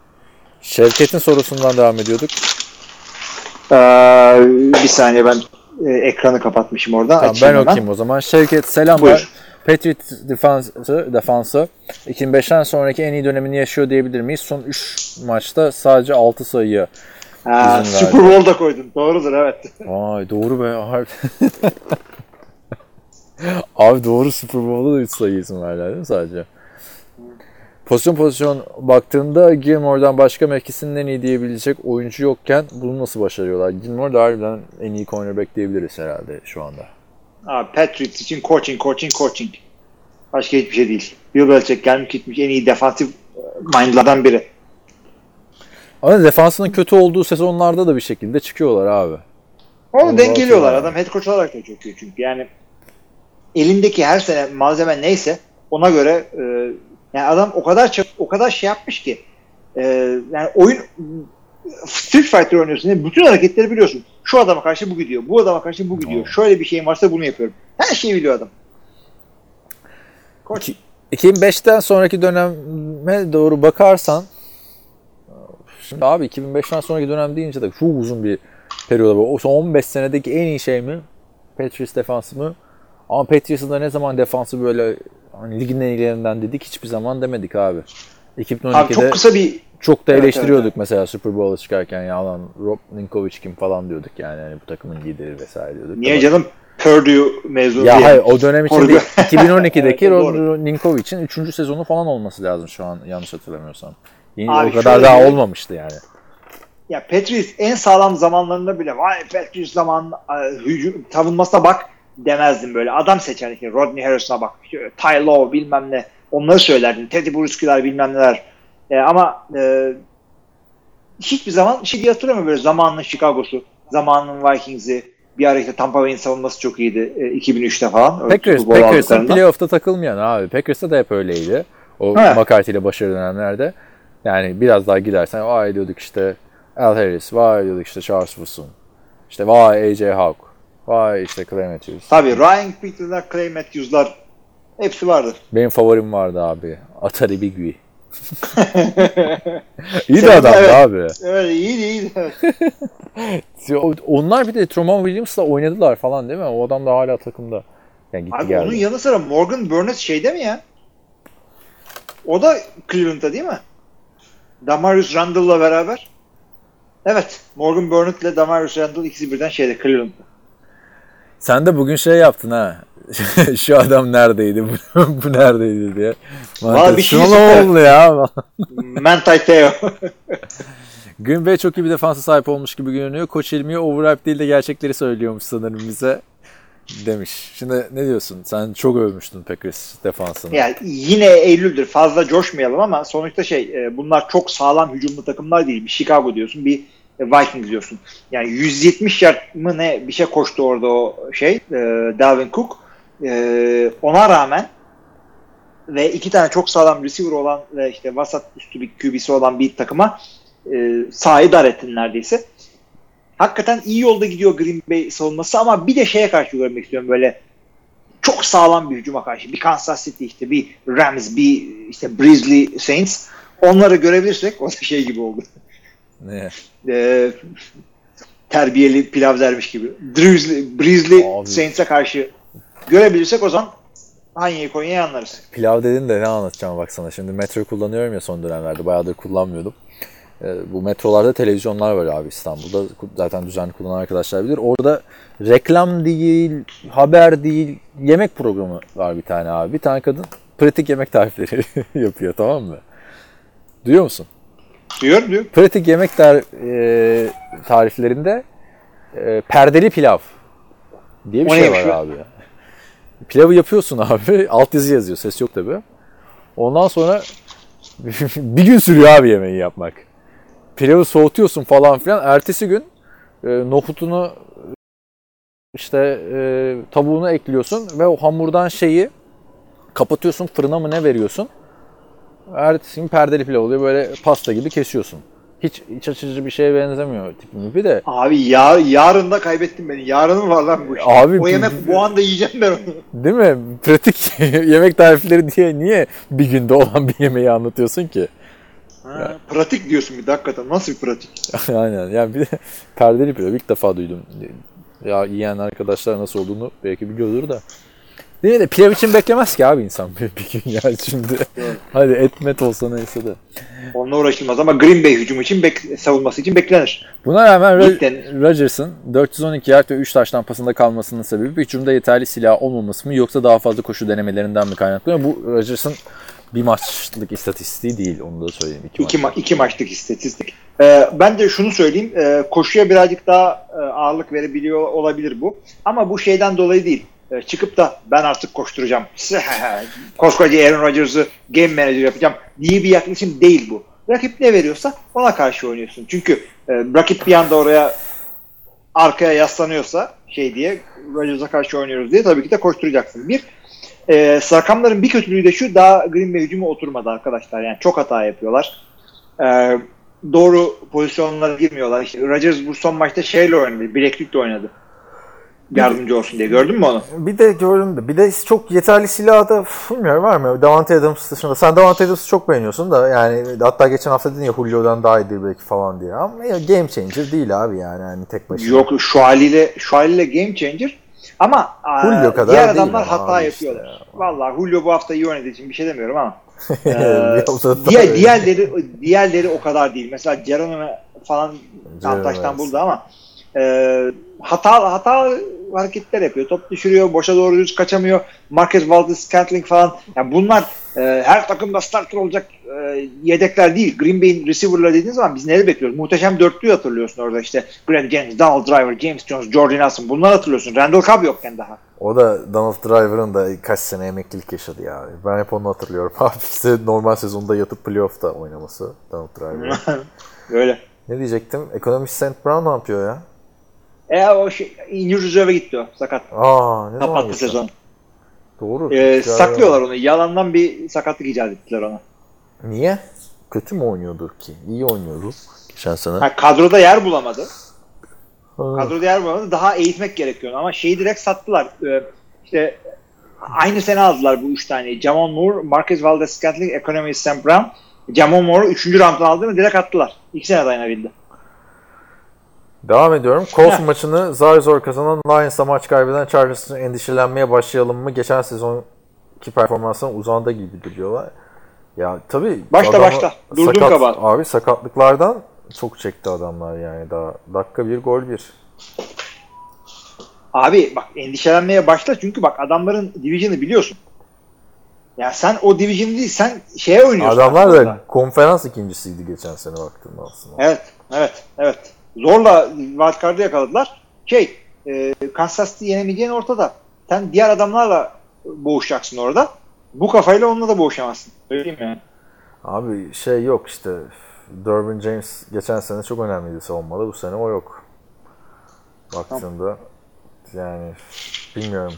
Şevket'in sorusundan devam ediyorduk. Ee, bir saniye ben e, ekranı kapatmışım orada. Tamam, ben okuyayım o zaman. Şevket selamlar. Buyur. Patriot defansı, defansı iki bin beşten sonraki en iyi dönemini yaşıyor diyebilir miyiz? Son üç maçta sadece altı sayıya Ha, izin Super verdi. Bowl'da koydun. Doğrudur, evet. Vay doğru be. Abi, abi doğru, Super Bowl'da da üç sayı izin verdiler değil mi sadece? Pozisyon pozisyon baktığında Gilmore'dan başka mevkisinin en iyi diyebilecek oyuncu yokken bunu nasıl başarıyorlar? Gilmore da harbiden en iyi cornerback diyebiliriz herhalde şu anda. Abi Patriots için coaching, coaching, coaching. Başka hiçbir şey değil. Bill Belichick gelmiş gitmiş en iyi defansif mindlardan biri. Ama defansının kötü olduğu sezonlarda da bir şekilde çıkıyorlar abi. Onu Onu denk geliyorlar. atıyorlar. Adam head coach olarak da çok iyi çünkü. Yani elindeki her sene malzeme neyse ona göre e, yani adam o kadar çok, o kadar şey yapmış ki e, yani oyun Street Fighter oynuyorsun. Yani bütün hareketleri biliyorsun. Şu adama karşı bu gidiyor. Bu adama karşı bu gidiyor. Şöyle bir şeyim varsa bunu yapıyorum. Her şeyi biliyor adam. Koç. iki bin beşten sonraki döneme doğru bakarsan şimdi abi iki bin beşten sonraki dönem deyince de çok uzun bir periyod var. O son on beş senedeki en iyi şey mi? Patriots defansı mı? Ama Patriots'ın da ne zaman defansı böyle hani ligin en iyilerinden dedik hiçbir zaman demedik abi. iki bin on ikide Abi çok kısa bir çok da Evet, eleştiriyorduk evet, evet. mesela Super Bowl'a çıkarken ya lan Rob Ninkovich kim falan diyorduk yani hani bu takımın lideri vesaire diyorduk. niye Ama- canım Purdue mezunu Ya diye. hayır o dönem için değil. Orada- iki bin on ikideki Evet, Rob doğru. Ninkovich'in üçüncü sezonu falan olması lazım şu an yanlış hatırlamıyorsam. Yeni, Abi o kadar şöyle daha bir- olmamıştı yani. Ya Patriots en sağlam zamanlarında bile vay Patriots zaman e, hücum savunmasına bak demezdim böyle. Adam seçerdik. İşte Rodney Harrison'a bak. İşte Ty Law bilmem ne. Onları söylerdin. Teddy Bruschi'ler bilmem neler. E, ama e, hiçbir zaman şey diye hatırlamıyorum böyle zamanının Chicago'su, zamanının Vikings'i, bir ara işte Tampa Bay'in savunması çok iyiydi e, iki bin üçte falan. Packers, Super Bowl Packers'ın aldıklarında. playoff'ta takılmayan abi. Packers'ta da hep öyleydi. O Evet. McCarthy ile başarılı dönemlerde. Yani biraz daha gidersen vay diyorduk işte Al Harris, vay diyorduk işte Charles Woodson. İşte vay A J Hawk. Vay işte Clay Matthews. Tabii Ryan Peters'lar, Clay Matthews'lar hepsi vardı. Benim favorim vardı abi. Atari Bigby. İyi de Senin- adamdı evet. abi. Evet iyiydi iyiydi. Onlar bir de Truman Williams'la oynadılar falan değil mi? O adam da hala takımda. Yani gitti Abi geldi. onun yanı sıra Morgan Burnett şeyde mi ya? O da Cleveland'da değil mi? Damarius Randall'la beraber. Evet. Morgan Burnett ile Damarius Randall ikisi birden şeyde Cleveland'da. Sen de bugün şey yaptın ha. Şu adam neredeydi? Bu, bu neredeydi diye. Valla bir şey Şuna süper. ne oldu ya? Manti Teo. Green Bay çok iyi bir defansa sahip olmuş gibi görünüyor. Koç ilmiye overhype değil de gerçekleri söylüyormuş sanırım bize demiş. Şimdi ne diyorsun? Sen çok övmüştün Packers defansını. Yani yine Eylül'dür. Fazla coşmayalım ama sonuçta şey bunlar çok sağlam hücumlu takımlar değil. Bir Chicago diyorsun, bir Vikings diyorsun. Yani yüz yetmiş yard mı ne bir şey koştu orada o şey Dalvin Cook. Ona rağmen ve iki tane çok sağlam receiver olan ve işte vasat üstü bir Q B'si olan bir takıma e, sahayı dar ettin neredeyse. Hakikaten iyi yolda gidiyor Green Bay savunması ama bir de şeye karşı görmek istiyorum böyle çok sağlam bir hücuma karşı. Bir Kansas City işte bir Rams, bir işte Breesley Saints. Onları görebilirsek o da şey gibi oldu. Ne? E, terbiyeli pilav dermiş gibi. Breesley, Breesley Abi. Saints'e karşı görebilirsek o zaman hangi Konya'yı anlarız. Pilav dedin de ne anlatacağım baksana. Şimdi metro kullanıyorum ya son dönemlerde. Bayağıdır kullanmıyordum. Ee, bu metrolarda televizyonlar var abi İstanbul'da. Zaten düzenli kullanan arkadaşlar bilir. Orada reklam değil, haber değil, yemek programı var bir tane abi. Bir tane kadın pratik yemek tarifleri yapıyor, tamam mı? Duyuyor musun? Diyor diyor. Pratik yemek tar- e, tariflerinde e, perdeli pilav diye bir O şey neymiş var be? abi. Pilavı yapıyorsun abi. Alt yazı yazıyor. Ses yok tabii. Ondan sonra bir gün sürüyor abi yemeği yapmak. Pilavı soğutuyorsun falan filan. Ertesi gün e, nohutunu işte e, tavuğunu ekliyorsun ve o hamurdan şeyi kapatıyorsun. Fırına mı ne veriyorsun? Ertesi gün perdeli pilav oluyor. Böyle pasta gibi kesiyorsun. Hiç iç açıcı bir şeye benzemiyor tipim gibi de. Abi ya, yarın da kaybettin beni. Yarın var lan bu iş. Abi, o yemek bu anda yiyeceğim ben onu. Değil mi? Pratik yemek tarifleri diye niye bir günde olan bir yemeği anlatıyorsun ki? Ha, pratik diyorsun bir de hakikaten. Nasıl bir pratik? Aynen. Yani bir de perdeli pilav ilk defa duydum. Ya yiyen arkadaşlar nasıl olduğunu belki biliyordur da. Değil de pilav için beklemez ki abi insan bir, bir gün yani şimdi. Evet. Hadi et met olsa neyse de. Onunla uğraşılmaz ama Green Bay hücum için bek- savunması için beklenir. Buna rağmen Rodgers'ın dört yüz on iki yard ve üç taştan pasında kalmasının sebebi hücumda yeterli silah olmaması mı yoksa daha fazla koşu denemelerinden mi kaynaklanıyor? Bu Rodgers'ın bir maçlık istatistiği değil, onu da söyleyeyim. İki, iki, ma- iki maçlık istatistik. Ee, ben de şunu söyleyeyim, ee, koşuya birazcık daha e, ağırlık verebiliyor olabilir bu. Ama bu şeyden dolayı değil. Ee, çıkıp da ben artık koşturacağım. Koskoca Aaron Rodgers'ı game manager yapacağım diye bir yaklaşım değil bu. Rakip ne veriyorsa ona karşı oynuyorsun. Çünkü e, rakip bir anda oraya arkaya yaslanıyorsa şey diye Rodgers'a karşı oynuyoruz diye tabii ki de koşturacaksın. Bir, e, rakamların bir kötülüğü de şu, daha Green Bay hücumu oturmadı arkadaşlar. Yani çok hata yapıyorlar. E, doğru pozisyonlara girmiyorlar. İşte Rodgers bu son maçta şeyle oynadı. Bileklikle oynadı. Yardımcı olsun diye. Gördün mü onu? Bir de gördüm de. Bir de çok yeterli silah da bilmiyorum var mı? Davante Adams dışında. Sen Davante Adams'ı çok beğeniyorsun da yani hatta geçen hafta dedin ya Julio'dan daha iyidir belki falan diye. Ama ya, game changer değil abi yani, yani tek başına. Yok şu haliyle şu haliyle game changer. Ama Julio kadar diğer adamlar hata işte yapıyorlar. Ya. Vallahi Julio bu hafta iyi oynadığı için bir şey demiyorum ama e, diğer, diğerleri diğerleri o kadar değil. Mesela Geronimo falan Antaş'tan buldu ama e, hata hata hareketler yapıyor. Top düşürüyor, boşa doğru düz kaçamıyor. Marquez Valdes-Scantling falan. Yani bunlar e, her takımda starter olacak e, yedekler değil. Green Bay'in receiver'ları dediğiniz zaman biz neleri bekliyoruz? Muhteşem dörtlüyü hatırlıyorsun orada işte. Grant Jennings, Donald Driver, James Jones, Jordan Nelson. Bunları hatırlıyorsun. Randall Cobb yokken daha. O da Donald Driver'ın da kaç sene emeklilik yaşadı ya. Ben hep onu hatırlıyorum. Abi işte normal sezonda yatıp playoff'ta oynaması Donald Driver'ın. Öyle. Ne diyecektim? Ekonomist Saint Brown ne yapıyor ya? E o şey, injury reserve'e gitti o. Sakat. Aa, ne zaman kapattı sezon. Doğru. Ee, saklıyorlar onu. Yalandan bir sakatlık icat ettiler ona. Niye? Kötü mü oynuyordur ki? İyi oynuyordu geçen sene. Ha, kadroda yer bulamadı. Ha. Kadroda yer bulamadı. Daha eğitmek gerekiyor. Ama şeyi direkt sattılar. Ee, işte aynı sene aldılar bu üç taneyi. Jamon Moore, Marquez Valdes-Scantling, Economist Sam Brown. Jamon Moore'u üçüncü rounddan aldığını direkt attılar. İki sene dayanabildi. Devam ediyorum. Colts maçını zar zor kazanan Lions'a maç kaybeden Chargers'ın endişelenmeye başlayalım mı? Geçen sezonki performansından uzağında gibi duruyorlar. Ya tabii. Başla başla. Durdun sakat, kabahat. Abi sakatlıklardan çok çekti adamlar yani. Daha dakika bir gol bir. Abi bak endişelenmeye başla çünkü bak adamların division'ı biliyorsun. Ya sen o division değil sen şeye oynuyorsun. Adamlar da konferans ikincisiydi geçen sene baktığımda aslında. Evet, evet, evet. Zorla wildcard'ı yakaladılar. Şey, e, Kansas City yenemeyeceğin ortada. Sen diğer adamlarla boğuşacaksın orada. Bu kafayla onunla da boğuşamazsın. Söyleyeyim mi? Abi şey yok işte. Derwin James geçen sene çok önemliydi savunmada. Bu sene o yok. Baktığında yani bilmiyorum.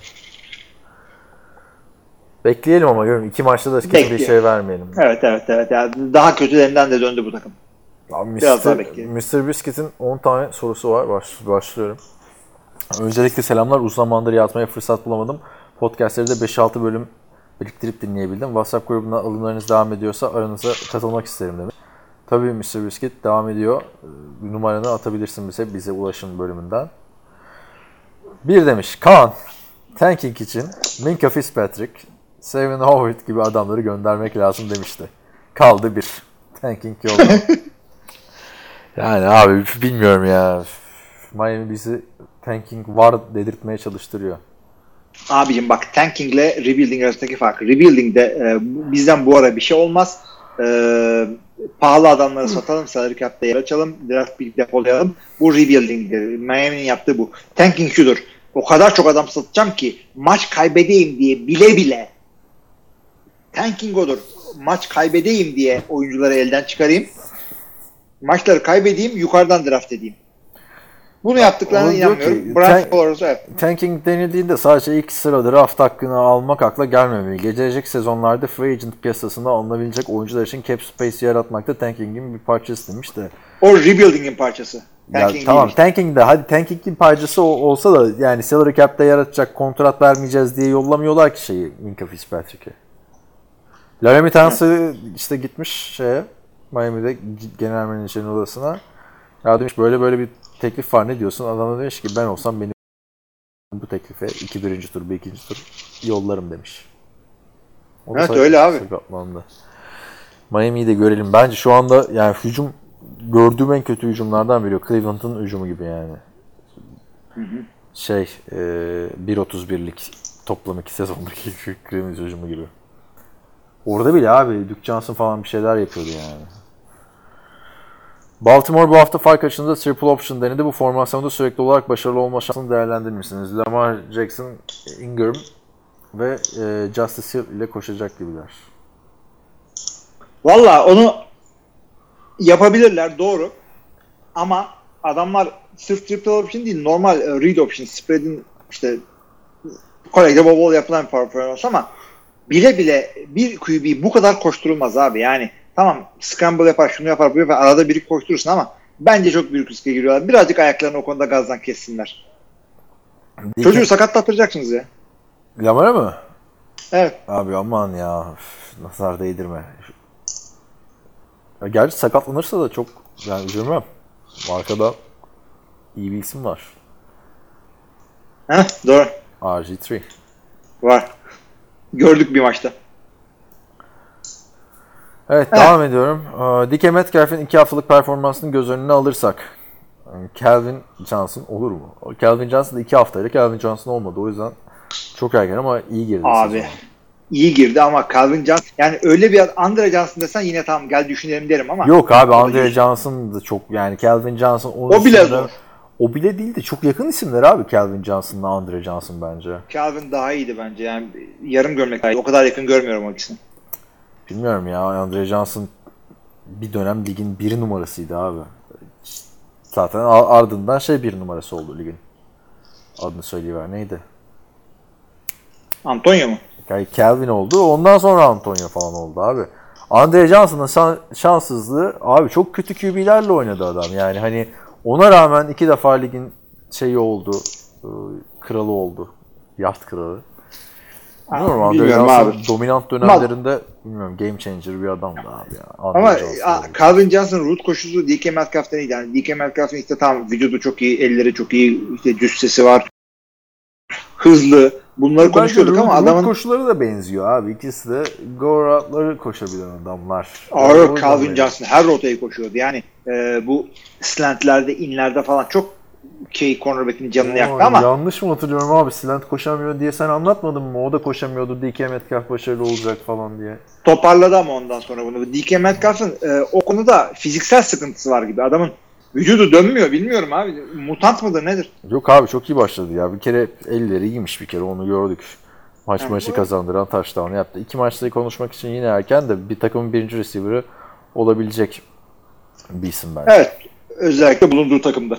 Bekleyelim ama görün iki maçta da kesin bir şey vermeyelim. Evet evet evet. Yani daha kötülerinden de döndü bu takım. Abi Biraz daha bekleyelim. mister Biscuit'in on tane sorusu var. Baş, başlıyorum. Öncelikle selamlar. Uzun zamandır yazmaya fırsat bulamadım. Podcast'leri de beş altı bölüm biriktirip dinleyebildim. WhatsApp grubuna alımlarınız devam ediyorsa aranıza katılmak isterim demiş. Tabii mister Biscuit devam ediyor. Numaranı atabilirsin bize. Bize ulaşın bölümünden. Bir demiş. Kaan. Tanking için Minkah Fitzpatrick, Savin Howard gibi adamları göndermek lazım demişti. Kaldı bir. Tanking yolda. Yani abi bilmiyorum ya. Miami bizi tanking var dedirtmeye çalıştırıyor. Abicim bak tanking ile rebuilding arasındaki fark. Rebuilding'de e, bizden bu ara bir şey olmaz. E, pahalı adamları satalım, salary cap'ta yer açalım, draft pick depolayalım. Bu rebuilding'dir. Miami'nin yaptığı bu. Tanking şudur. O kadar çok adam satacağım ki maç kaybedeyim diye bile bile tanking odur. Maç kaybedeyim diye oyuncuları elden çıkarayım. Maçları kaybedeyim, yukarıdan draft edeyim. Bunu yaptıklarına Onu inanmıyorum. Brian Flores evet. Tanking denildiğinde sadece ilk sıra draft hakkını almak akla gelmemeli. Gelecek sezonlarda free agent piyasasında alınabilecek oyuncular için cap space yaratmak da tanking'in bir parçası demiş de. O rebuilding'in parçası. Ya, tamam işte. Tanking'de hadi tanking'in parçası olsa da yani salary cap'te yaratacak kontrat vermeyeceğiz diye yollamıyorlar ki şeyi Minkah Fitzpatrick'i. Laramie Tunsil işte gitmiş şeye Miami'de genel menajerin odasına. Ya demiş böyle böyle bir teklif var ne diyorsun? Adam da demiş ki ben olsam beni bu teklife iki birinci tur, bir ikinci tur yollarım demiş. O evet öyle abi. Sakatlandı. Miami'yi de görelim. Bence şu anda yani hücum gördüğüm en kötü hücumlardan biri. Cleveland'ın hücumu gibi yani. Hı hı. Şey e, bir otuz birlik toplam iki sezondaki Cleveland hücumu gibi. Orada bile abi Duke Johnson falan bir şeyler yapıyordu yani. Baltimore bu hafta fark açısında triple option denedi. Bu formasyonda sürekli olarak başarılı olma şansını değerlendirmişsiniz. Lamar Jackson, Ingram ve e, Justice Hill ile koşacak gibiler. Valla onu yapabilirler doğru. Ama adamlar sırf triple option değil, normal e, read option, spread'in işte kolejde bol bol yapılan bir performans ama bile bile bir Q B bu kadar koşturulmaz abi. Yani tamam scramble yapar, şunu yapar, bu yapar, arada biri koşturursun ama bence çok büyük riske giriyorlar. Birazcık ayaklarını o konuda gazdan kessinler. Değil Çocuğu sakatlattıracaksınız ya. Lamar'a mı? Evet. Abi aman ya. Üf, nazar değdirme. Ya gerçi sakatlanırsa da çok yani üzülmem. Arkada iyi bir isim var. Heh, doğru. R G üç. Var. Gördük bir maçta. Evet, evet. Devam ediyorum. D K Metcalf'in iki haftalık performansını göz önüne alırsak Calvin Johnson olur mu? Calvin Johnson da iki haftayla Calvin Johnson olmadı. O yüzden çok erken ama iyi girdi. Abi sezon. İyi girdi ama Calvin Johnson yani öyle bir Andre Johnson desen yine tamam gel düşünelim derim ama. Yok abi Andre Johnson da çok yani Calvin Johnson o bile zor. O bile değildi. Çok yakın isimler abi Calvin Johnson'la Andre Johnson bence. Calvin daha iyiydi bence. Yani yarım görmek daha iyi. O kadar yakın görmüyorum o ikisini. Bilmiyorum ya. Andre Johnson bir dönem ligin bir numarasıydı abi. Zaten ardından şey bir numarası oldu ligin. Adını söyleyiver. Neydi? Antonio mu? Yani Calvin oldu. Ondan sonra Antonio falan oldu abi. Andre Johnson'ın şanssızlığı abi çok kötü Q B'lerle oynadı adam. Yani hani ona rağmen iki defa ligin şeyi oldu. Kralı oldu. Yard kralı. Bilmiyorum, Andre bilmiyorum abi. Dominant dönemlerinde bilmiyorum game changer bir adamdı abi ya. Andre ama Johnson Calvin Johnson root koşusu D K Metcalf'tan iyiydi. Yani D K Metcalf'ın işte tam vücudu çok iyi, elleri çok iyi, işte cüssesi var. Hızlı. Bunları Bence konuşuyorduk ama root adamın koşuları da benziyor abi. İkisi de go rout'ları koşabilen adamlar. Ağır Calvin Johnson her rotayı koşuyordu. Yani e, bu slantlerde, inlerde falan çok şey cornerback'in canını yaktı ama. Yanlış mı hatırlıyorum abi? Slant koşamıyor diye sen anlatmadın mı? O da koşamıyordu. D K Metcalf başarılı olacak falan diye. Toparladı ama ondan sonra bunu. D K Metcalf'ın e, o konuda fiziksel sıkıntısı var gibi. Adamın vücudu dönmüyor. Bilmiyorum abi. Mutant mıdır nedir? Yok abi çok iyi başladı ya. Bir kere elleri iyiymiş bir kere. Onu gördük. Maç yani maçı kazandıran touchdown'u yaptı. İki maçta konuşmak için yine erken de bir takımın birinci receiver'ı olabilecek bir isim bence. Evet. Özellikle bulunduğu takımda.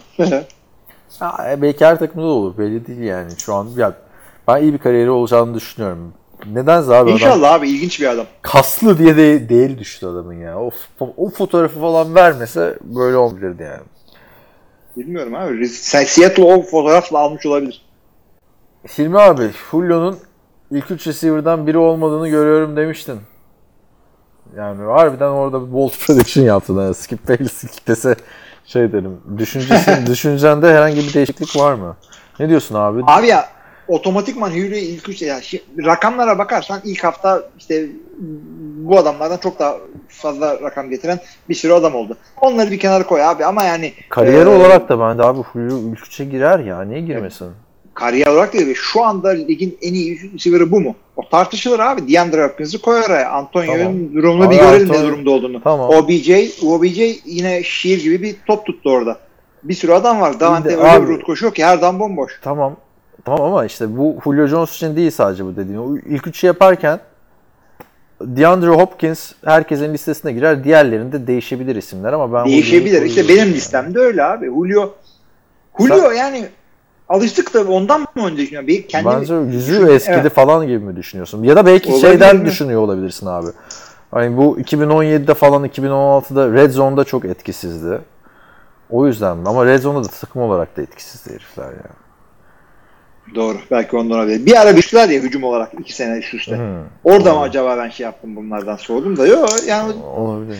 Ya, belki her takımda da olur. Belli değil yani. Şu an ya, ben iyi bir kariyeri olacağını düşünüyorum. Nedense abi İnşallah adam, abi ilginç bir adam. Kaslı diye de değeri düştü adamın ya. O, o fotoğrafı falan vermese böyle olabilirdi yani. Bilmiyorum abi. Seattle o fotoğrafla almış olabilir. Hilmi abi, Julio'nun ilk üç receiver'dan biri olmadığını görüyorum demiştin. Yani harbiden orada bir bold prediction yaptın. Yani Skip Bayless kitlese şey derim. Düşüncesi, düşüncende herhangi bir değişiklik var mı? Ne diyorsun abi? Abi ya otomatikman Julio'yu ilk üç ya rakamlara bakarsan ilk hafta işte bu adamlardan çok daha fazla rakam getiren bir sürü adam oldu. Onları bir kenara koy abi ama yani kariyer e, olarak da bende abi Julio ilk üçe girer ya. Niye girmesin? Kariyer olarak değil. Şu anda ligin en iyi receiver'ı bu mu? O tartışılır abi. DeAndre Hopkins'i koy oraya. Antonio'nun tamam. durumunu abi bir görelim Antonio... ne durumda olduğunu. Tamam. O B J, O B J yine şiir gibi bir top tuttu orada. Bir sürü adam var. Davante öyle abi, bir root koşuyor ki her zaman bomboş. Tamam. Tamam ama işte bu Julio Jones için değil sadece bu dediğin. O ilk üçü yaparken DeAndre Hopkins herkesin listesine girer. Diğerlerinde değişebilir isimler ama ben değişebilir. İşte benim yani. Listemde öyle abi. Julio Julio Sen... yani alıştık da ondan mı önce düşünüyorum? Bir kendim bence yüzü eskidi evet. falan gibi mi düşünüyorsun? Ya da belki olabilir şeyden mi? Düşünüyor olabilirsin abi. Hani bu iki bin on yedide falan iki bin on altıda Red Zone'da çok etkisizdi. O yüzden mi? Ama Red Zone'da da takım olarak da etkisizdi herifler ya. Doğru. Belki ondan olabilir. Bir ara düştüler ya hücum olarak iki sene üst üste. Hmm. Orada olabilir. Mı acaba ben şey yaptım bunlardan sordum da yok yani olabilir.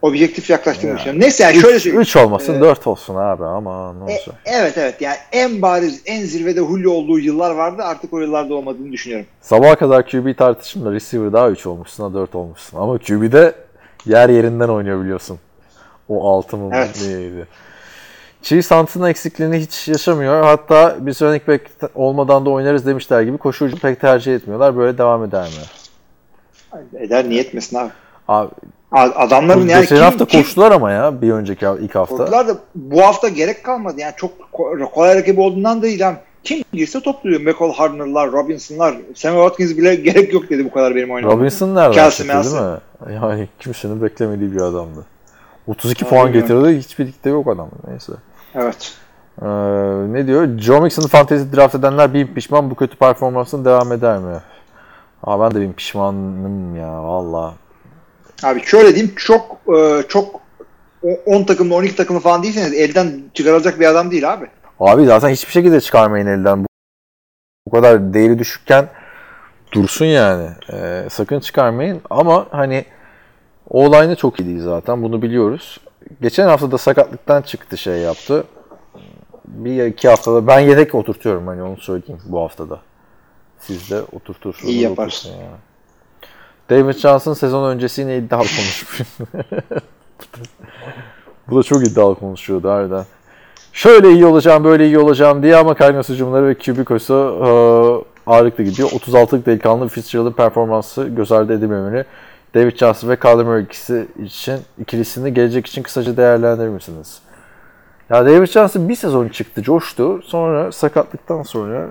objektif yaklaştığımı düşünüyorum. Neyse yani şöyle söyleyeyim. üç olmasın Ee, dört olsun abi ama ne olacak? E, evet evet yani en bariz en zirvede Julio olduğu yıllar vardı, artık o yıllarda olmadığını düşünüyorum. Sabaha kadar Q B tartışımda receiver daha üç olmuşsun, dört olmuşsun. Ama Q B'de yer yerinden oynuyor biliyorsun. O altı mı Evet. neydi? Chiefs Hunts'ın eksikliğini hiç yaşamıyor. Hatta biz running back olmadan da oynarız demişler gibi koşucu pek tercih etmiyorlar. Böyle devam eder mi? Eder, niye etmesin abi. Abi, Adamların yani geçen kim, hafta kim, koştular ama ya bir önceki ilk hafta. koştular da bu hafta gerek kalmadı. Yani çok kolay rakibi olduğundan değil. Yani kim girse topluyor. Michael Harner'lar, Robinson'lar, Sammy Watkins bile gerek yok dedi bu kadar benim oynamam. Robinson nereden Kelsey çıktı değil mi? Yani kimsenin beklemediği bir adamdı. otuz iki puan getirdi. Hiçbir ligde yok adam. Neyse. Evet. Ee, ne diyor? Joe Mixon'ı fantezi draft edenler bin pişman. Bu kötü performansına devam eder mi? Aa, ben de bin pişmanım ya valla. Abi şöyle diyeyim, çok çok on takımlı on iki takımlı falan değilseniz elden çıkarılacak bir adam değil abi. Abi zaten hiçbir şekilde çıkarmayın elden. Bu kadar değeri düşükken dursun yani. Ee, sakın çıkarmayın. Ama hani o olayını çok iyi değil zaten. Bunu biliyoruz. Geçen hafta da sakatlıktan çıktı, şey yaptı. Bir iki haftada ben yedek oturtuyorum, hani onu söyleyeyim bu haftada. Siz de oturtursunuz. İyi yaparsın. Ya. David Johnson sezon öncesi yine iddialı konuşmuş. Bu da çok iddialı konuşuyordu harbiden. Şöyle iyi olacağım, böyle iyi olacağım diye ama Cardinals hücumları ve Q B koşusu ağırlıklı gidiyor. otuz altılık delikanlı Fitzgerald'ın performansı göz ardı edilmemeli. David Johnson ve Kyler Murray ikisi için, ikilisini gelecek için kısaca değerlendirir misiniz? Ya David Johnson bir sezon çıktı, coştu. Sonra sakatlıktan sonra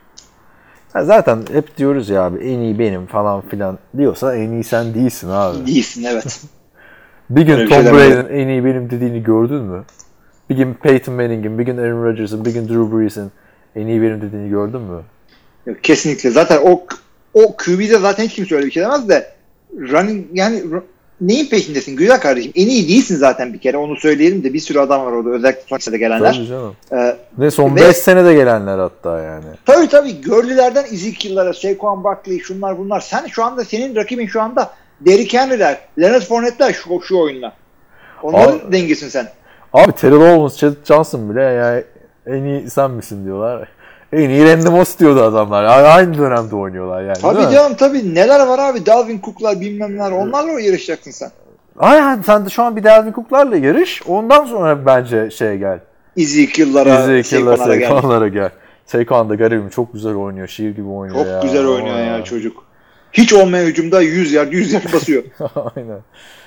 ya zaten hep diyoruz ya abi, en iyi benim falan filan diyorsa en iyi sen değilsin abi. Değilsin, evet. Bir gün Öyle Tom şey Brady'nin en iyi benim dediğini gördün mü? Bir gün Peyton Manning'in, bir gün Aaron Rodgers'ın, bir gün Drew Brees'in en iyi benim dediğini gördün mü? Yok, kesinlikle. Zaten o o Q B'de zaten hiç kimse öyle bir şey demez de running yani neyin peşindesin güzel kardeşim? En iyi değilsin zaten bir kere. Onu söyleyelim de bir sürü adam var orada. Özellikle son senede gelenler. Tabii canım. Ee, Ve son ve, beş senede gelenler hatta yani. Tabii tabii. Görlülerden Ezekiel'lara, Saquon Barkley, şunlar bunlar. Sen şu anda, senin rakibin şu anda Derrick Henry'ler, Leonard Fournette'ler şu, şu oyunla. Onların abi, dengesin sen. Abi Terrell Owens, Chad Johnson bile yani en iyi sen misin diyorlar. En iyi Randy Moss diyordu adamlar. Yani aynı dönemde oynuyorlar yani. Tabii canım tabii. Neler var abi. Dalvin Cook'lar bilmem neler. Onlarla yarışacaksın sen. Aynen, sen de şu an bir Dalvin Cook'larla yarış. Ondan sonra bence şeye gel. Ezekiel'lara, Saquon'lara gel. Saquon'lara gel. Saquon da garibim. Çok güzel oynuyor. Şiir gibi oynuyor çok ya. Çok güzel oynuyor ya çocuk. Hiç olmayan hücumda yüz yard yüz yard basıyor. Aynen.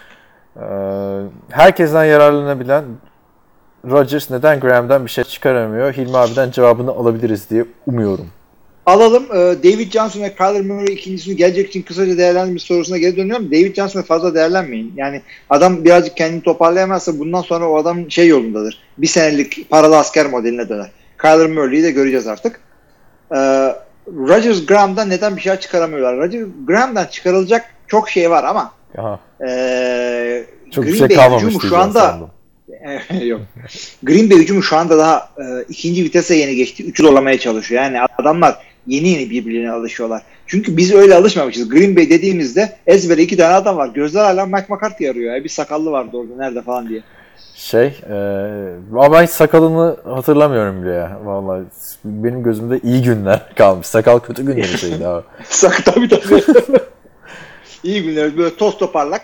Ee, herkesten yararlanabilen Rodgers neden Graham'dan bir şey çıkaramıyor? Hilmi abiden cevabını alabiliriz diye umuyorum. Alalım. David Johnson ve Kyler Murray ikincisini gelecek için kısaca değerlendirme sorusuna geri dönüyorum. David Johnson'a fazla değerlenmeyin. Yani adam birazcık kendini toparlayamazsa bundan sonra o adam şey yolundadır. Bir senelik paralı asker modeline döner. Kyler Murray'i de göreceğiz artık. Ee, Rodgers Graham'dan neden bir şey çıkaramıyorlar? Rodgers Graham'dan çıkarılacak çok şey var ama ee, çok Green bir şey Bay kalmamış şu anda yok. Green Bay hücumu şu anda daha e, ikinci vitese yeni geçti. Üçü zorlamaya çalışıyor. Yani adamlar yeni yeni birbirine alışıyorlar. Çünkü biz öyle alışmamışız. Green Bay dediğimizde ezbere iki tane adam var. Gözler hala Mike McCarthy arıyor. Yani bir sakallı vardı orada nerede falan diye. Şey, e, ama ben hiç sakalını hatırlamıyorum bile ya. Vallahi benim gözümde iyi günler kalmış. Sakal kötü günleri şeydi abi. Sakal tabii tabii. İyi günler. Böyle toz toparlak.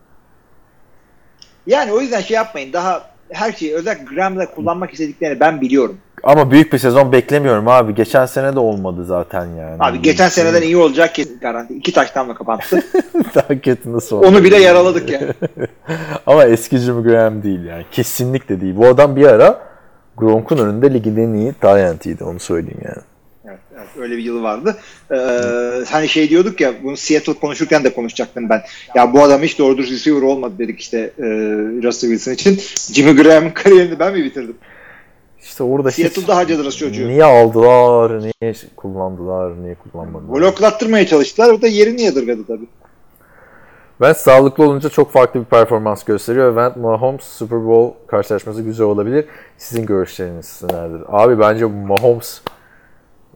Yani o yüzden şey yapmayın. Daha her şeyi özellikle Graham'da kullanmak istediklerini ben biliyorum. Ama büyük bir sezon beklemiyorum abi. Geçen sene de olmadı zaten yani. Abi geçen seneden iyi olacak kesin garanti. İki taştanla kapattı. Daha kötü nasıl oldu? Onu bile yaraladık yani. Ama eski Jimmy Graham değil yani. Kesinlikle değil. Bu adam bir ara Gronk'un önünde ligin en iyi talentiydi. Onu söyleyeyim yani. Evet, evet, öyle bir yılı vardı. Ee, hani şey diyorduk ya, bunu Seattle konuşurken de konuşacaktım ben. Ya bu adam hiç doğru dürüst receiver olmadı dedik işte e, Russell Wilson için. Jimmy Graham'ın kariyerini ben mi bitirdim? İşte orada Seattle'da harcadınız çocuğu. Niye aldılar, niye kullandılar, niye kullanmadılar? Bloklattırmaya çalıştılar. O da yerini yadırgadı tabii. Vance sağlıklı olunca çok farklı bir performans gösteriyor. Vance Mahomes Super Bowl karşılaşması güzel olabilir. Sizin görüşleriniz nelerdir? Abi bence Mahomes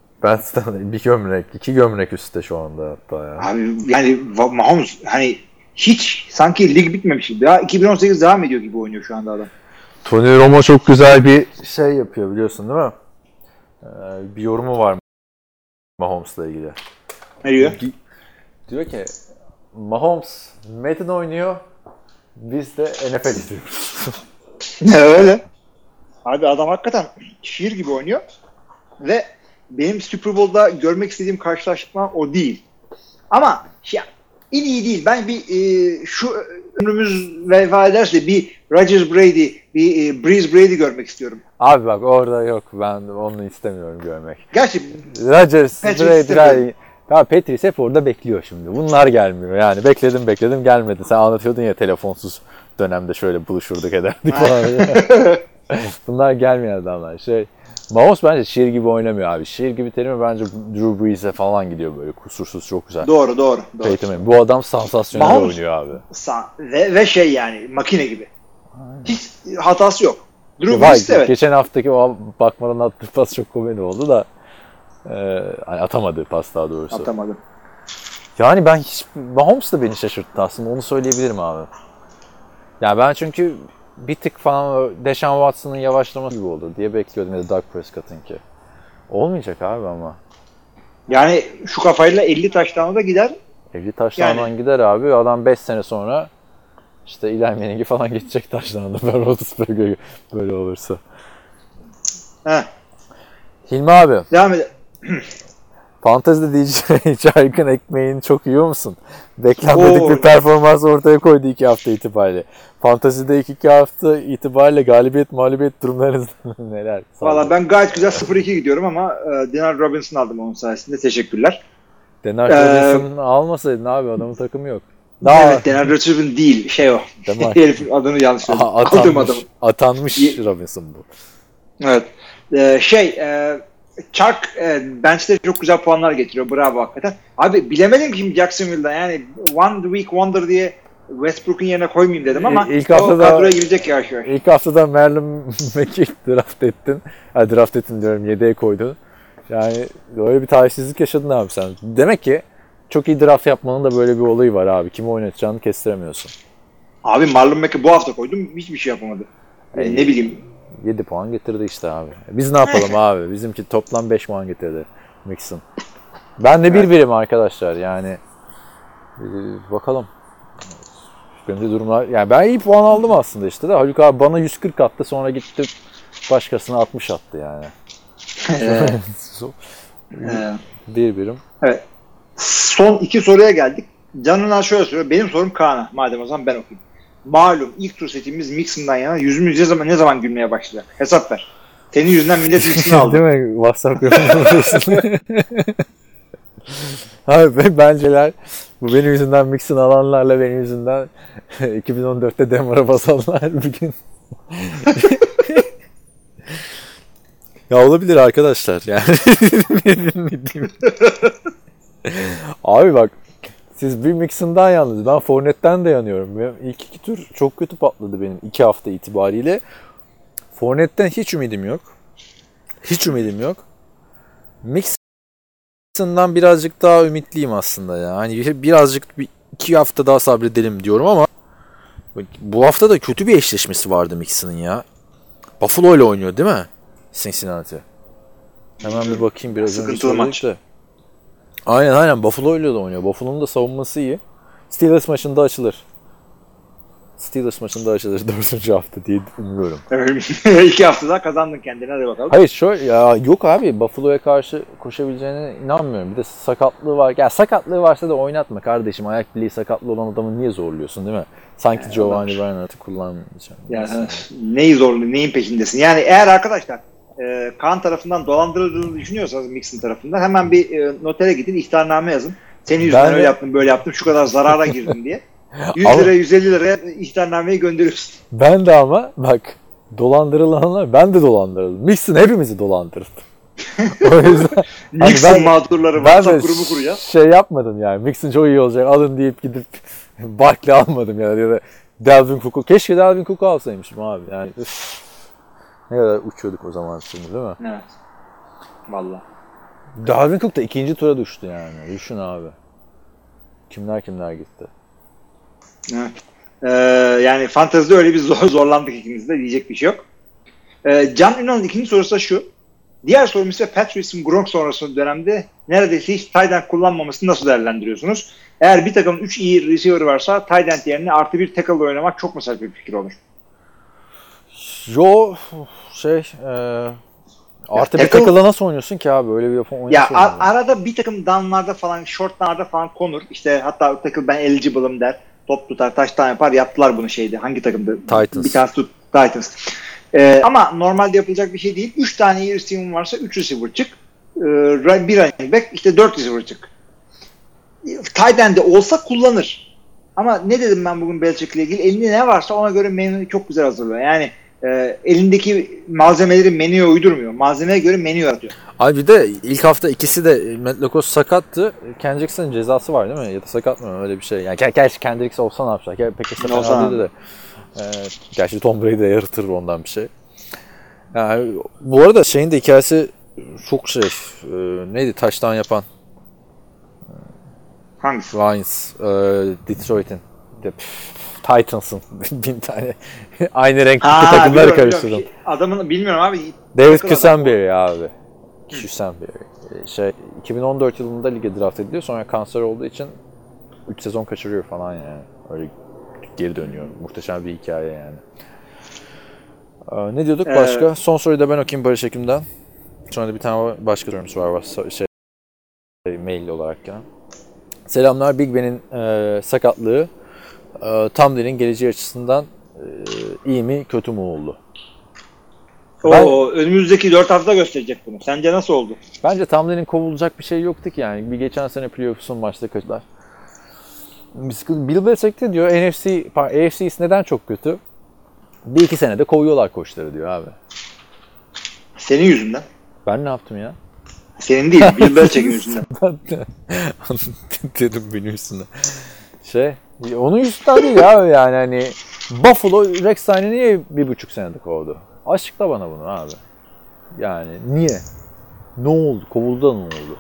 Vance'den bir gömlek, iki gömlek üstte şu anda hatta ya. Abi yani Mahomes hani hiç sanki lig bitmemiş gibi. Ya iki bin on sekiz devam ediyor gibi oynuyor şu anda adam. Tony Romo çok güzel bir şey yapıyor biliyorsun değil mi? Ee, bir yorumu var Mahomes'la ilgili. Ne diyor? Diyor ki Mahomes Madden oynuyor, biz de N F L izliyoruz. Öyle. Abi adam hakikaten şiir gibi oynuyor ve benim Super Bowl'da görmek istediğim karşılaşma o değil. Ama ya, en iyi değil. Ben bir e, şu ömrümüz vefa ederse bir Rodgers Brady, bir e, Breeze Brady görmek istiyorum. Abi bak orada yok. Ben onu istemiyorum görmek. Gerçi Rodgers, Patrice Brady, ya Patrice hep orada bekliyor şimdi. Bunlar gelmiyor yani. Bekledim bekledim gelmedi. Sen anlatıyordun ya telefonsuz dönemde şöyle buluşurduk ederdik falan. Bunlar gelmeyen adamlar. Şey, Mahomes bence şiir gibi oynamıyor abi. Şiir gibi terimi bence Drew Brees'e falan gidiyor böyle kusursuz çok güzel. Doğru doğru. doğru. Peyton Manning. Bu adam sansasyonel Mahomes, oynuyor abi. Sa- ve, ve şey yani makine gibi. Aynen. Hiç hatası yok. Drew Vay, Brees evet. Geçen haftaki o bakmadan attığı pas çok komedi oldu da e, hani atamadığı pas daha doğrusu. Atamadım. Yani ben hiç Mahomes da beni şaşırttı aslında onu söyleyebilirim abi. Ya yani ben çünkü bir tık falan Deshaun Watson'ın yavaşlaması gibi olur diye bekliyordum ya da Dak Prescott'ınki. Olmayacak abi ama. Yani şu kafayla elli taştan da gider. elli taştan yani. Gider abi. Adam beş sene sonra işte Eli Manning'i falan geçecek taştan da Ben Roethlisberger'e böyle olursa. Heh. Hilmi abi. Devam edelim. Fantezide D J Aykın ekmeğini çok yiyor musun? Beklenmedik Oo. bir performans ortaya koydu iki hafta itibariyle. Fantezide ilk iki hafta itibariyle galibiyet mağlubiyet durumlarınız neler? Valla ben gayet güzel sıfır iki gidiyorum ama e, Denard Robinson aldım onun sayesinde. Teşekkürler. Denard ee, Robinson'ı almasaydın abi adamın takımı yok. Daha... Evet Denard Robinson değil şey o. Herifin adını yanlış söyledim. Aldığım adamı. Atanmış Robinson bu. Evet. Ee, şey e, Chark e, bench'te çok güzel puanlar getiriyor. Bravo hakikaten. Abi bilemedim ki şimdi Jacksonville'da yani One Week Wonder diye Westbrook'un yerine koymayayım dedim ama ilk o haftada, kadroya girecek ya şu an. İlk haftada Marlon Mack'i draft ettin. Ha, draft ettin diyorum yedeğe koydun. Yani böyle bir talihsizlik yaşadın abi sen. Demek ki çok iyi draft yapmanın da böyle bir olayı var abi. Kimi oynatacağını kestiremiyorsun. Abi Marlon Mack'i bu hafta koydum. Hiçbir şey yapamadı. Yani e, ne bileyim. yedi puan getirdi işte abi. Biz ne yapalım abi? Bizimki toplam beş puan getirdi Mixon. Ben de bir birim arkadaşlar yani. Ee, bakalım. Benim durumlar yani ben iyi puan aldım aslında işte de Haluk abi bana yüz kırk attı sonra gitti başkasına altmış attı yani. bir birim. Evet. Son iki soruya geldik. Canına şöyle soruyor. Benim sorum Kaan'a. Madem o zaman ben okuyayım. Malum ilk tur setimiz Mixon'dan yana yüzümüz ne zaman ne zaman gülmeye başlayacak? Hesap ver. Senin yüzünden millet Mixon'ı aldı. Değil mi? WhatsApp yorumluyorsun. Abi benceler bu benim yüzümden Mixon alanlarla benim yüzümden iki bin on dörtte Demar'a basanlar bugün. Ya olabilir arkadaşlar yani. Abi bak siz bir Mixon'dan yalnız ben Fournette'den de yanıyorum. Benim ilk iki tur çok kötü patladı benim iki hafta itibariyle. Fournette'den hiç ümidim yok. Hiç ümidim yok. Mixon'dan birazcık daha ümitliyim aslında ya. Hani birazcık bir iki hafta daha sabredelim diyorum ama bu hafta da kötü bir eşleşmesi vardı Mixon'ın ya. Buffalo ile oynuyor değil mi? Cincinnati. Hemen bir bakayım biraz önce söyledik de. Aynen aynen Buffalo ile de oynuyor. Buffalo'nun da savunması iyi. Steelers maçında açılır. Steelers maçında açılır dördüncü hafta diye umuyorum. İki hafta daha kazandın kendine hadi bakalım. Hayır şöyle ya yok abi Buffalo'ya karşı koşabileceğine inanmıyorum. Bir de sakatlığı var. Ya sakatlığı varsa da oynatma kardeşim. Ayak bileği sakatlı olan adamı niye zorluyorsun değil mi? Sanki yani Giovanni Bernard'ı kullanmayacağım. Yani neyi zorluyor, neyin peşindesin? Yani eğer arkadaşlar e, Kaan tarafından dolandırıldığını düşünüyorsanız Mixon tarafından hemen bir e, notere gidin, ihtarname yazın. Senin yüzünden ben öyle de... yaptım, böyle yaptım, şu kadar zarara girdim diye. yüz lira, yüz elli liraya ihtarnameyi gönderiyorsun. Ben de ama bak dolandırılanlar, ben de dolandırıldım. Mixon hepimizi dolandırdı. O yüzden Mixon hani ben, mağdurları WhatsApp grubu kuruyor. Şey yapmadım yani. Mixon çok iyi olacak. Alın deyip gidip Barkley almadım yani ya da Dalvin Cook'u. Keşke Dalvin Cook'u alsaymışım abi. Yani üf. Ne kadar uçuyorduk o zaman şimdi değil mi? Evet. Vallahi. Dalvin Cook da ikinci tura düştü yani. Düşün abi. Kimler kimler gitti. Evet. Ee, yani fantezide öyle bir zor, zorlandık ikimiz de. Diyecek bir şey yok. Ee, Can Ünal'ın ikinci sorusu da şu. Diğer sorum ise Patrice'in Gronk sonrası dönemde neredeyse hiç tight end kullanmamasını nasıl değerlendiriyorsunuz? Eğer bir takımın üç iyi receiver varsa tight end yerine artı bir tackle oynamak çok mu saçma bir fikir olur? Yo şey e, artı bir tackle'la nasıl oynuyorsun ki abi? Öyle bir yapı Ya a- arada bir takım down'larda falan, short down'larda falan konur. İşte hatta tackle ben eligible'ım der. Top tutar, touchdown yapar. Yaptılar bunu şeyde. Hangi takımda? Titans. Bir tanesi tut, Titans. Ee, ama normalde yapılacak bir şey değil. üç tane iyi receiver varsa üç receiver çık. Ee, bir running back, işte dört receiver çık. Tight end'de olsa kullanır. Ama ne dedim ben bugün Belichick'le ilgili? Elinde ne varsa ona göre menüyü çok güzel hazırlıyor. Yani e, elindeki malzemeleri menüye uydurmuyor. Malzemeye göre menü yaratıyor. Abi bir de ilk hafta ikisi de Matt Lacos sakattı. Kendricks'in cezası var değil mi? Ya da sakat mı? Öyle bir şey. Yani ger- gerçi Kendricks olsa ne yapacak? Ger- pek işte fena değildi de. Ee, gerçi Tom Brady de yaratır ondan bir şey. Yani bu arada şeyin de hikayesi çok şey. E, neydi? Touchdown yapan. Hangisi? Lions. E, Detroit'in. De, Titans'ın bin tane aynı renkli takımları karıştırdım. Adamın bilmiyorum abi. David Kusenberry abi. Kusenberry. Şey iki bin on dört yılında lige draft ediliyor. Sonra kanser olduğu için üç sezon kaçırıyor falan yani. Öyle geri dönüyor. Muhteşem bir hikaye yani. Ee, ne diyorduk başka? Ee, Son soruyu da ben okuyayım Barış Ekim'den. Sonra da bir tane başka sorumuz var. Şey, mail olarak yani. Selamlar. Big Ben'in e, sakatlığı e, Tomlin'in geleceği açısından e, iyi mi kötü mü oldu? Ben, o önümüzdeki dört hafta gösterecek bunu. Sence nasıl oldu? Bence Tomlin'in kovulacak bir şey yoktu ki yani. Bir geçen sene playoff'un maçta kaçtılar. Bill Belichick de diyor N F C, A F C neden çok kötü? Bir iki senede kovuyorlar koçları diyor abi. Senin yüzünden. Ben ne yaptım ya? Senin değil, Bill Belichick'in yüzünden. Dedim benim yüzünden. Şey, onun yüzünden değil abi yani hani Buffalo Rex Ryan'ı niye bir buçuk senede kovdu? Açıkla bana bunu abi. Yani niye? Ne oldu? Kovuldu da ne oldu?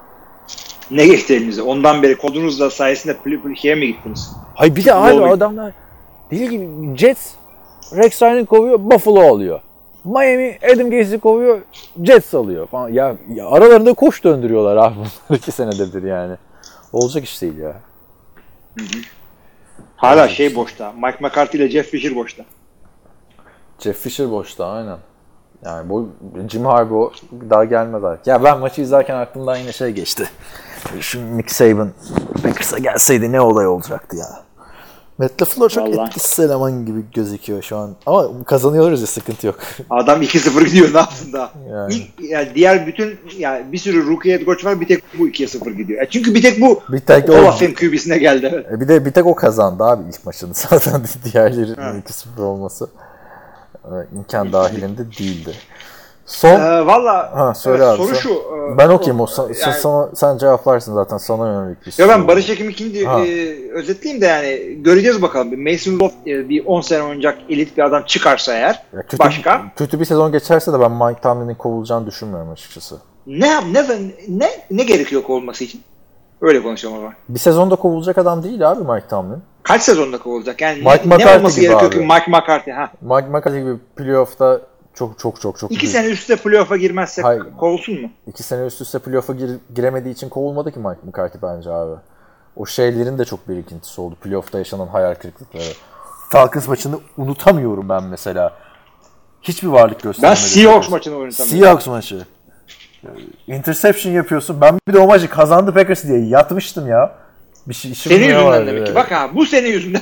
Ne geçti elinize? Ondan beri kodunuzla sayesinde şeye mi gittiniz? Hayır bir de abi adamlar deli gibi Jets Rex Ryan'ı kovuyor, Buffalo alıyor. Miami Adam Gase'i kovuyor, Jets alıyor falan. Ya, ya aralarında koç döndürüyorlar abi bunlar iki senedir yani. Olacak iş değil ya. Hı hı. Hala Olacak şey boşta. Mike McCarthy ile Jeff Fisher boşta. Jeff Fisher boşta aynen. Yani bu Jim Harbaugh daha gelmez artık. Ya ben maçı izlerken aklımdan yine şey geçti. Şu Nick Saban Packers'a gelseydi ne olay olacaktı ya. Matt LaFleur çok Vallahi. etkisiz eleman gibi gözüküyor şu an. Ama kazanıyoruz ya sıkıntı yok. Adam iki sıfır gidiyor ne yapsın daha. Yani. İlk, yani diğer bütün yani bir sürü rookie head coach var bir tek bu ikiye sıfır gidiyor. Yani çünkü bir tek bu bir tek Hall of Fame Q B'sine geldi. Bir de bir tek o kazandı abi ilk maçını. Zaten diğerlerinin iki sıfır olması imkan dahilinde değildi. Son ee, valla ha, söyle evet, abi, soru sen, şu. E, ben okuyayım o sen, yani, sana, sen cevaplarsın zaten sana yönelik bir soru. Ya ben Barış Ekim ikinci e, özetleyeyim de yani göreceğiz bakalım. Mason Rudolph e, bir on sene oynayacak elit bir adam çıkarsa eğer ya kötü, başka. Kötü bir sezon geçerse de ben Mike Tomlin'in kovulacağını düşünmüyorum açıkçası. Ne ne ne ne gerekiyor kovulması için? Öyle konuşalım ama. Bir sezonda kovulacak adam değil abi Mike Tomlin. Kaç sezonda kovulacak? Yani Mike ne, ne olması gerekiyor abi. Ki Mike McCarthy ha? Mike McCarthy gibi playoff'ta çok çok çok çok İki büyük. Sene üstte playoff'a girmezse Hayır. kovulsun mu? İki sene üst üste playoff'a gir, giremediği için kovulmadı ki Mike McCarthy bence abi. O şeylerin de çok birikintisi oldu. Playoff'ta yaşanan hayal kırıklıkları. Falcons maçını unutamıyorum ben mesela. Hiçbir varlık göstermedi. Ben Seahawks maçını unutamıyorum. Seahawks maçı. Interception yapıyorsun. Ben bir de o maçı kazandı Packers diye yatmıştım ya. Bir şey işim senin yüzünden demek ki. Bak ha bu senin yüzünden.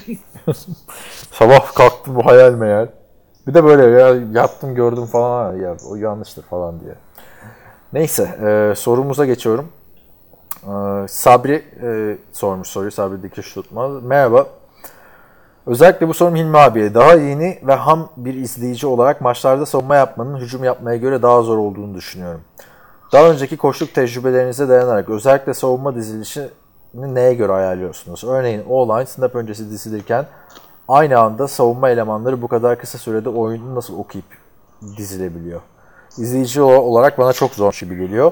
Sabah kalktım bu hayal meyal. Bir de böyle ya yattım gördüm falan ya o yanlıştır falan diye. Neyse e, sorumuza geçiyorum. E, Sabri e, sormuş soruyu. Sabri Dikiş Tutmaz. Merhaba. Özellikle bu sorum Hilmi abiye. Daha yeni ve ham bir izleyici olarak maçlarda savunma yapmanın hücum yapmaya göre daha zor olduğunu düşünüyorum. Daha önceki koçluk tecrübelerinize dayanarak özellikle savunma dizilişini neye göre ayarlıyorsunuz? Örneğin O-line snap öncesi dizilirken aynı anda savunma elemanları bu kadar kısa sürede oyunu nasıl okuyup dizilebiliyor? İzleyici olarak bana çok zor gibi geliyor.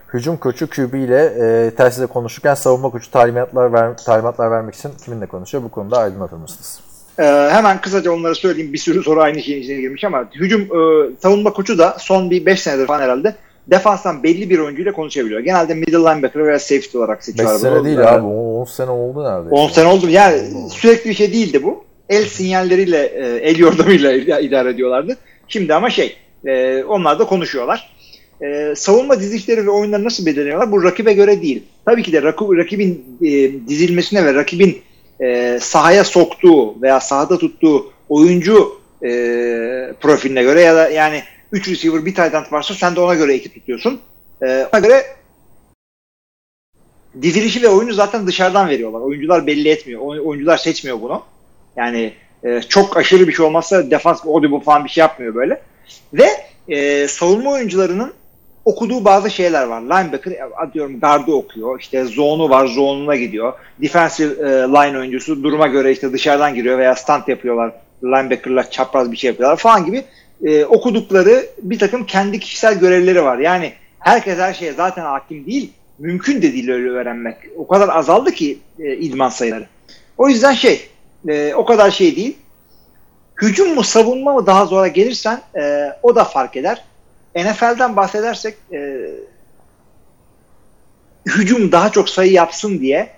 Hücum koçu Q B ile e, telsizle konuşurken savunma koçu talimatlar ver, talimatlar vermek için kiminle konuşuyor? Bu konuda aydınlatır mısınız? Ee, hemen kısaca onları söyleyeyim. Bir sürü soru aynı şeyin içine girmiş ama hücum e, savunma koçu da son bir beş senedir falan herhalde defanstan belli bir oyuncuyla konuşabiliyor. Genelde middle linebacker veya safety olarak seçiyorlar. beş sene değil yani, abi. on sene oldu neredeyse. on sene oldu. Yani sürekli bir şey değildi bu. El sinyalleriyle, el yordamıyla idare ediyorlardı. Şimdi ama şey, onlar da konuşuyorlar. Savunma dizilişleri ve oyunları nasıl belirleniyorlar? Bu rakibe göre değil. Tabii ki de rakibin dizilmesine ve rakibin sahaya soktuğu veya sahada tuttuğu oyuncu profiline göre ya da yani üç receiver bir tight end varsa sen de ona göre ekip tutuyorsun. Ona göre dizilişi ve oyunu zaten dışarıdan veriyorlar. Oyuncular belli etmiyor. Oyuncular seçmiyor bunu. Yani e, çok aşırı bir şey olmazsa defans audible falan bir şey yapmıyor böyle. Ve e, savunma oyuncularının okuduğu bazı şeyler var. Linebacker atıyorum gardı okuyor. İşte zone'u var, zone'una gidiyor. Defensive e, line oyuncusu duruma göre işte dışarıdan giriyor veya stunt yapıyorlar. Linebacker'la çapraz bir şey yapıyorlar falan gibi e, okudukları bir takım kendi kişisel görevleri var. Yani herkes her şeye zaten hakim değil. Mümkün de değil öyle öğrenmek. O kadar azaldı ki e, idman sayıları. O yüzden şey e, o kadar şey değil. Hücum mu savunma mı daha zora gelirsen e, o da fark eder. N F L'den bahsedersek e, hücum daha çok sayı yapsın diye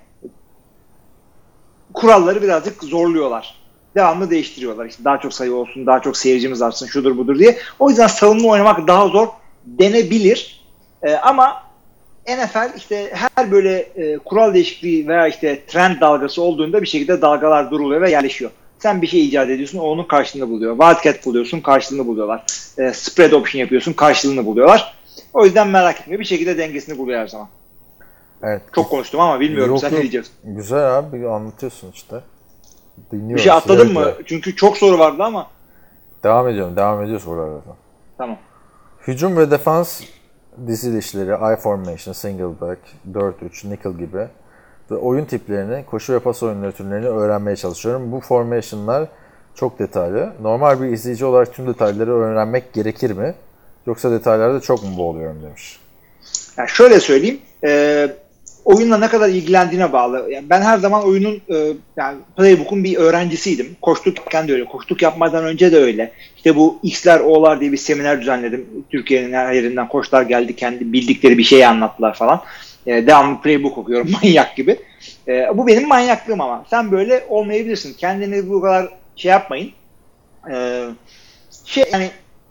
kuralları birazcık zorluyorlar. Devamlı değiştiriyorlar. İşte daha çok sayı olsun, daha çok seyircimiz artsın, şudur budur diye. O yüzden savunma oynamak daha zor denebilir. E, ama N F L işte her böyle e, kural değişikliği veya işte trend dalgası olduğunda bir şekilde dalgalar duruluyor ve yerleşiyor. Sen bir şey icat ediyorsun, o onun karşılığını buluyor. Wildcat buluyorsun, karşılığını buluyorlar. E, spread option yapıyorsun, karşılığını buluyorlar. O yüzden merak etme, bir şekilde dengesini buluyor her zaman. Evet. Çok konuştum ama bilmiyorum, yok, sen yok. ne diyeceksin? Güzel abi, anlatıyorsun işte. Dinliyorum. Bir şey atladın mı? Evet. Çünkü çok soru vardı ama. Devam ediyorum, devam ediyoruz oralarda. Tamam. Hücum ve defans dizilişleri, I formation, single back, dört üç, nickel gibi ve oyun tiplerini, koşu ve pas oyunları türlerini öğrenmeye çalışıyorum. Bu formation'lar çok detaylı. Normal bir izleyici olarak tüm detayları öğrenmek gerekir mi? Yoksa detaylarda çok mu boğuluyorum demiş. Yani şöyle söyleyeyim, e, oyunla ne kadar ilgilendiğine bağlı. Yani ben her zaman oyunun e, yani playbook'un bir öğrencisiydim. Koştuk yaparken de öyle, koştuk yapmadan önce de öyle. İşte bu X'ler, O'lar diye bir seminer düzenledim. Türkiye'nin her yerinden koçlar geldi, kendi bildikleri bir şeyi anlattılar falan. E, devamlı playbook okuyorum manyak gibi. E, bu benim manyaklığım ama. Sen böyle olmayabilirsin. Kendini bu kadar şey yapmayın. E, şey yani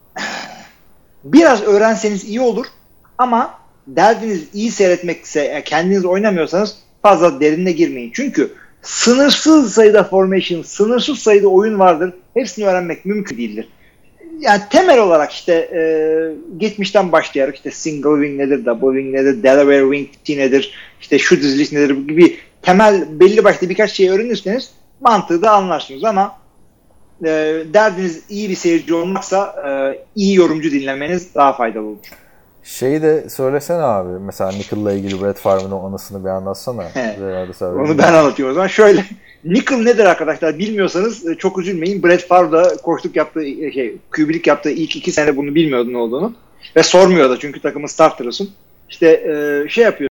biraz öğrenseniz iyi olur ama derdiniz iyi seyretmekse, yani kendiniz oynamıyorsanız fazla derine girmeyin. Çünkü sınırsız sayıda formation, sınırsız sayıda oyun vardır. Hepsini öğrenmek mümkün değildir. Yani temel olarak işte e, geçmişten başlayarak işte single wing nedir, double wing nedir, Delaware wing nedir, işte şu diziliş nedir gibi temel belli başlı birkaç şey öğrenirseniz mantığı da anlarsınız ama e, derdiniz iyi bir seyirci olmaksa e, iyi yorumcu dinlemeniz daha faydalı olur. Şeyi de söylesene abi. Mesela Nickel'la ilgili Brett Favre'ın o anısını bir anlatsana. Onu ben anlatıyorum o zaman. Şöyle, Nickel nedir arkadaşlar bilmiyorsanız çok üzülmeyin. Brett Favre da koçluk yaptığı, şey, Q B'lik yaptığı ilk iki sene bunu bilmiyordu ne olduğunu. Ve sormuyor da çünkü takımın starter'ısın. İşte e, şey yapıyorsun.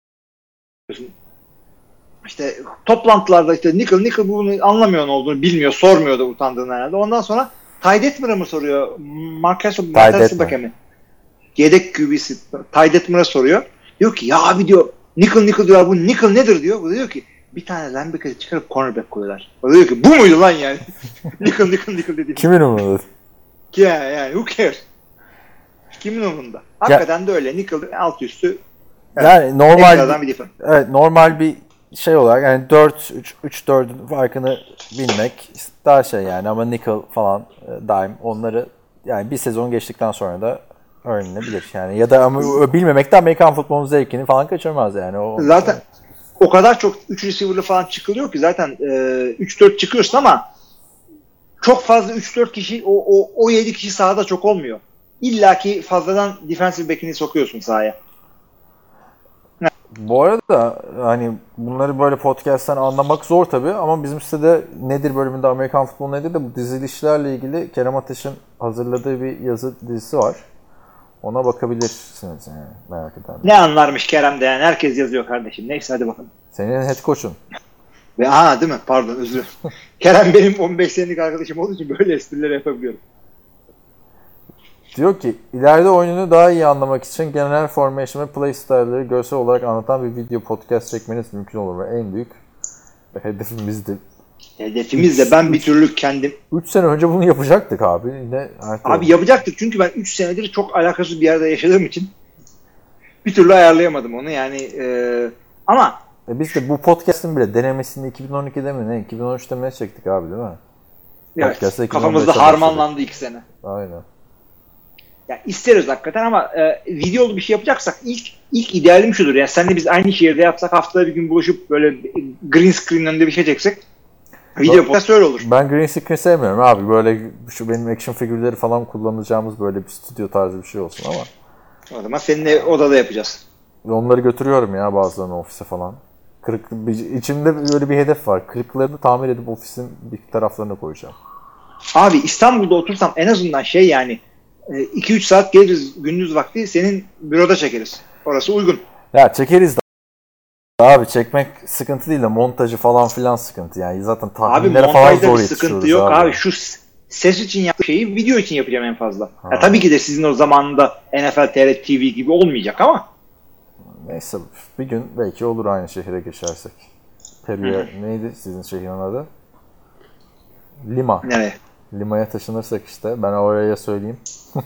İşte toplantılarda işte Nickel, Nickel bunu anlamıyor ne olduğunu bilmiyor. Sormuyor da utandığını herhalde. Ondan sonra Ty Detmer'a mı soruyor? Marcus Bakem'e mi? Yedek Q B'si Ty Detmer'a soruyor. Diyor ki ya abi diyor Nickel Nickel diyor bu Nickel nedir diyor. Bu diyor ki bir tane linebacker'ı çıkarıp cornerback koyuyorlar. O diyor ki bu muydu lan yani? Nickel Nickel Nickel dedi. Kimin umurunda? Ya yani who cares? Kimin umurunda? Hakikaten ya, de öyle. Nickel alt üstü. Yani evet, normal bir, bir evet normal bir şey olarak yani dört üç üç dördün farkını bilmek daha şey yani ama nickel falan dime onları yani bir sezon geçtikten sonra da öğrenilebilir yani ya da ama bilmemek de Amerikan futbolunun zevkini falan kaçırmaz yani. O, zaten o kadar çok üç receiver'lı falan çıkılıyor ki zaten e, üç dört çıkıyorsun ama çok fazla üç dört kişi o, o, o yedi kişi sahada çok olmuyor. İlla ki fazladan defensive back'ini sokuyorsun sahaya. Bu arada hani bunları böyle podcast'tan anlamak zor tabii ama bizim sitede Nedir bölümünde Amerikan futbolu nedir de bu dizilişlerle ilgili Kerem Ateş'in hazırladığı bir yazı dizisi var. Ona bakabilirsiniz yani merak eden. Ne anlarmış Kerem de yani herkes yazıyor kardeşim. Neyse hadi bakalım. Senin head coach'un. Ve ha değil mi? Pardon özür dilerim. Kerem benim on beş senelik arkadaşım olduğu için böyle esprileri yapabiliyorum. Diyor ki ileride oyununu daha iyi anlamak için genel formation ve play style'ları görsel olarak anlatan bir video podcast çekmeniz mümkün olur mu? En büyük hedefimizdi. Hedefimiz de ben bir türlü kendim... üç sene önce bunu yapacaktık abi. Yine abi yapacaktık çünkü ben üç senedir çok alakasız bir yerde yaşadığım için bir türlü ayarlayamadım onu yani e, ama e biz de bu podcast'ın bile denemesini iki bin on ikide mi ne? iki bin on üçte mi ne çektik abi değil mi? Evet, kafamızda harmanlandı iki sene. Aynen. Ya isteriz hakikaten ama e, videolu bir şey yapacaksak ilk ilk idealim şudur. Yani senle biz aynı şehirde yapsak haftada bir gün buluşup böyle green screen önünde bir şey çeksek video podcast öyle olur. Ben green screen sevmiyorum abi. Böyle şu benim action figürleri falan kullanacağımız böyle bir stüdyo tarzı bir şey olsun ama. O zaman seninle odada yapacağız. Onları götürüyorum ya bazılarını ofise falan. Kırık, içimde böyle bir hedef var. Kırıklarını tamir edip ofisin bir taraflarına koyacağım. Abi İstanbul'da otursam en azından şey yani iki üç saat geliriz gündüz vakti senin büroda çekeriz. Orası uygun. Ya çekeriz de abi çekmek sıkıntı değil de montajı falan filan sıkıntı yani zaten tahminlere falan zor yetişiyoruz. Sıkıntı yok abi. abi şu ses için yaptığım şeyi video için yapacağım en fazla. Ya tabii ki de sizin o zamanında N F L T R T V gibi olmayacak ama. Neyse bir gün belki olur aynı şehre geçersek. Peru'ya neydi sizin şehrin adı? Lima. Nereye? Lima'ya taşınırsak işte ben oraya söyleyeyim.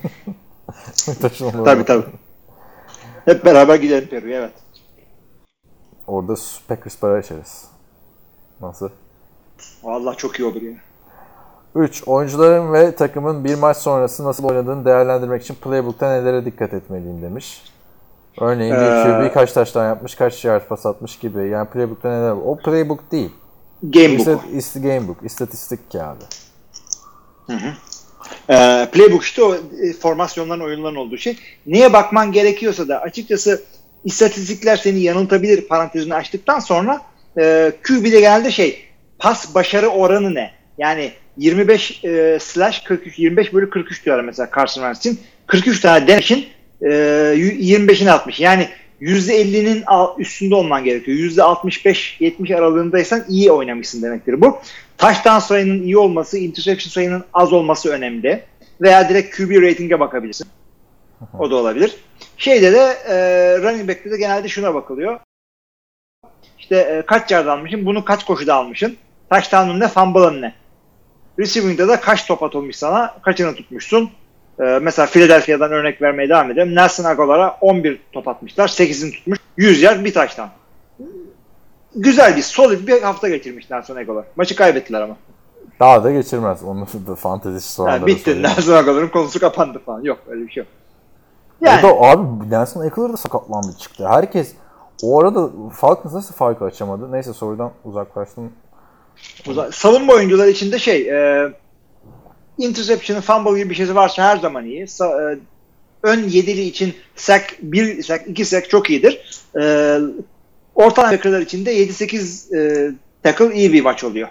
Tabii tabii. Hep beraber gidelim Peru'ya evet. Orada Packers para içeriz. Nasıl? Vallahi çok iyi olur ya. üç. Oyuncuların ve takımın bir maç sonrası nasıl oynadığını değerlendirmek için playbook'ta nelere dikkat etmeliyim demiş. Örneğin bir ee... Q B kaç taştan yapmış, kaç yard pas atmış gibi. Yani playbook'ta neler var? O playbook değil. Gamebook. İst- gamebook. İstatistik kağıdı. Hı hı. Ee, playbook işte o e, formasyonların oyunların olduğu şey. Neye bakman gerekiyorsa da açıkçası istatistikler seni yanıltabilir parantezini açtıktan sonra e, Q B'de genelde şey pas başarı oranı ne? Yani yirmi beş e, slash kırk üç yirmi beş bölü kırk üç diyorlar mesela Carson Wentz'in kırk üç tane deneşin e, yirmi beşini atmış. Yani yüzde ellinin üstünde olman gerekiyor. yüzde altmış beş yetmiş aralığındaysan iyi oynamışsın demektir bu. Touchdown sayının iyi olması, interception sayının az olması önemli. Veya direkt Q B rating'e bakabilirsin. O da olabilir. Şeyde de e, running back'te de genelde şuna bakılıyor. İşte e, kaç yard almışsın, bunu kaç koşuda almışsın, touchdown'un ne, fumble'ın ne. Receiving'de de kaç top atılmış sana, kaçını tutmuşsun. E, mesela Philadelphia'dan örnek vermeye devam edelim. Nelson Aguilar'a on bir top atmışlar, sekizini tutmuş. yüz yard bir touchdown. Güzel bir, solid bir hafta geçirmiş Nelson Aguilar. Maçı kaybettiler ama. Daha da geçirmez. Onun da fantezisi sonra. Yani bitti. Nelson Aguilar'ın konusu kapandı falan. Yok öyle bir şey yok. Yani. O da abi Nelson Aguilar da sakatlandı çıktı. Herkes o arada Falcons nasıl farkı açamadı? Neyse sorudan uzaklaştım. Uza- Savunma oyuncuları içinde şey e, interception, fumble gibi bir şey varsa her zaman iyi. Sa- e, ön yedili için sack, bir sack, iki sack çok iyidir. E, orta linebacker'lar için de yedi sekiz e, tackle iyi bir maç oluyor.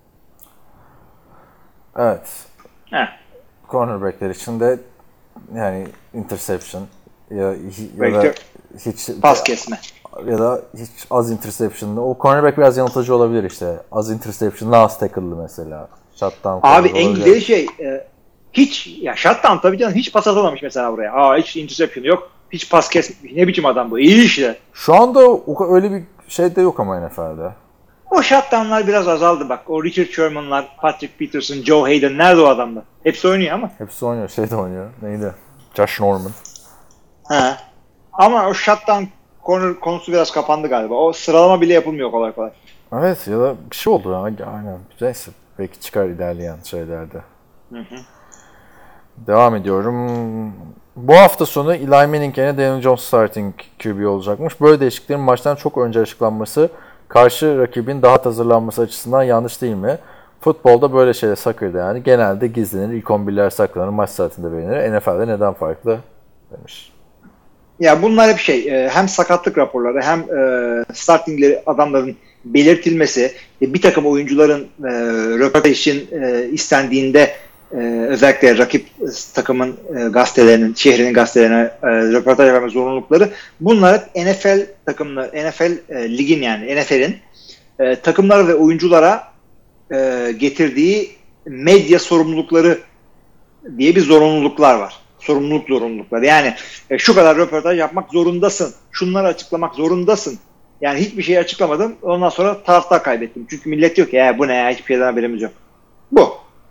Evet. Heh. Cornerback'ler için de yani interception ya, ya da hiç pas kesme ya da hiç az interception'lı. O cornerback biraz yanıltıcı olabilir işte. Az interception'lı, az tackle'lı mesela. Shutdown. Abi en güzel şey e, hiç ya shutdown tabii canım hiç pas atamamış mesela buraya. Aa hiç interception yok. Hiç pas kesmiş. Ne biçim adam bu? İyi işte. Şu anda o, öyle bir şey de yok ama N F L'de. O shutdown'lar biraz azaldı bak. O Richard Sherman'lar, Patrick Peterson, Joe Hayden nerede o adamlar? Hepsi oynuyor ama. Hepsi oynuyor. Şey de oynuyor. Neydi? Josh Norman. He. Ama o shutdown corner konusu biraz kapandı galiba. O sıralama bile yapılmıyor kolay kolay. Evet ya da bir şey oldu ya. Aynen. Neyse. Belki çıkar ilerleyen şeylerde. Hı hı. Devam ediyorum. Bu hafta sonu Eli Manning yerine Daniel Jones starting Q B olacakmış. Böyle değişikliklerin maçtan çok önce açıklanması karşı rakibin daha hazırlanması açısından yanlış değil mi? Futbolda böyle şeyler, soccer'da yani genelde gizlenir, ilk on birler saklanır, maç saatinde beğenilir. N F L'de neden farklı demiş. Ya bunlar hep şey, hem sakatlık raporları hem startingleri adamların belirtilmesi, bir takım oyuncuların röportaj için istendiğinde e, özellikle rakip takımın e, gazetelerinin, şehrinin gazetelerine e, röportaj verme zorunlulukları, bunlar N F L takımları, N F L e, ligin yani N F L'in e, takımlara ve oyunculara e, getirdiği medya sorumlulukları diye bir zorunluluklar var. Sorumluluk zorunlulukları. Yani e, şu kadar röportaj yapmak zorundasın. Şunları açıklamak zorundasın. Yani hiçbir şey açıklamadım. Ondan sonra taraftar kaybettim. Çünkü millet diyor ki ya bu ne ya, hiçbir şeyden haberimiz yok. Bu.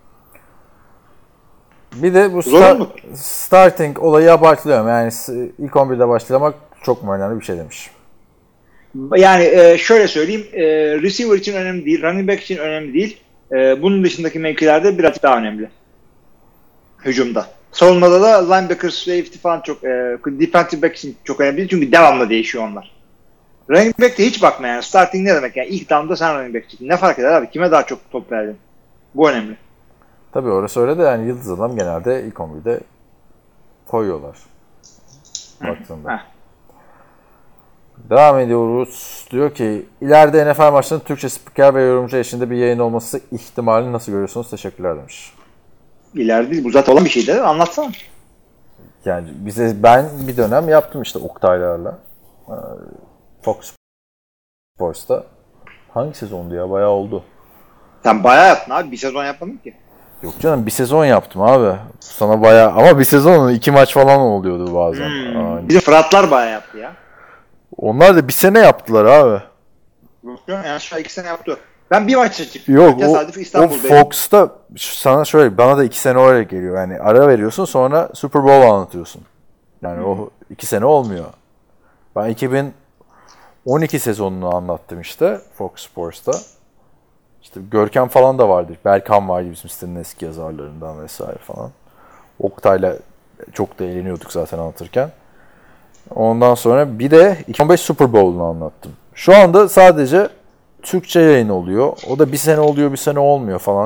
Bir de bu star, starting olayı abartılıyorum. Yani ilk on birde başlamak çok mu önemli bir şey demiş. Yani e, şöyle söyleyeyim. E, receiver için önemli değil. Running back için önemli değil. E, bunun dışındaki mevkilerde birazcık daha önemli. Hücumda. Savunmada da linebacker, safety falan çok, e, defensive back için çok önemli değil. Çünkü devamlı değişiyor onlar. Running back'te hiç bakma yani. Starting ne demek yani? İlk down'da sen running back çıktın. Ne fark eder abi? Kime daha çok top verdin? Bu önemli. Tabii orası öyle de yani yıldız adam genelde ilk on birde koyuyorlar. Baktığında. Devam ediyoruz. Diyor ki ileride N F L maçlarında Türkçe spiker ve yorumcu eşliğinde bir yayın olması ihtimalini nasıl görüyorsunuz? Teşekkürler demiş. İleride değil. Bu zaten olan bir şeydi. Anlatsana. Yani bize ben bir dönem yaptım işte Oktaylarla. Fox Sports'ta. Hangi sezondu ya? Bayağı oldu. Sen bayağı yaptın abi. Bir sezon yapmadın ki. Yok canım bir sezon yaptım abi. Sana bayağı ama bir sezonun iki maç falan oluyordu bazen. Hmm. Bizim Fıratlar bayağı yaptı ya. Onlar da bir sene yaptılar abi. Yok yani aşağı iki sene yaptı. Ben bir maçta çıktım. Yok o, o Fox'ta sana şöyle bana da iki sene öyle geliyor. Yani ara veriyorsun sonra Super Bowl anlatıyorsun. Yani hmm. o iki sene olmuyor. Ben iki bin on iki sezonunu anlattım işte Fox Sports'ta. İşte Görkem falan da vardı. Berkan vardı bizim sitenin eski yazarlarından vesaire falan. Oktay'la çok da eğleniyorduk zaten anlatırken. Ondan sonra bir de iki bin on beş Super Bowl'unu anlattım. Şu anda sadece Türkçe yayın oluyor. O da bir sene oluyor, bir sene olmuyor falan.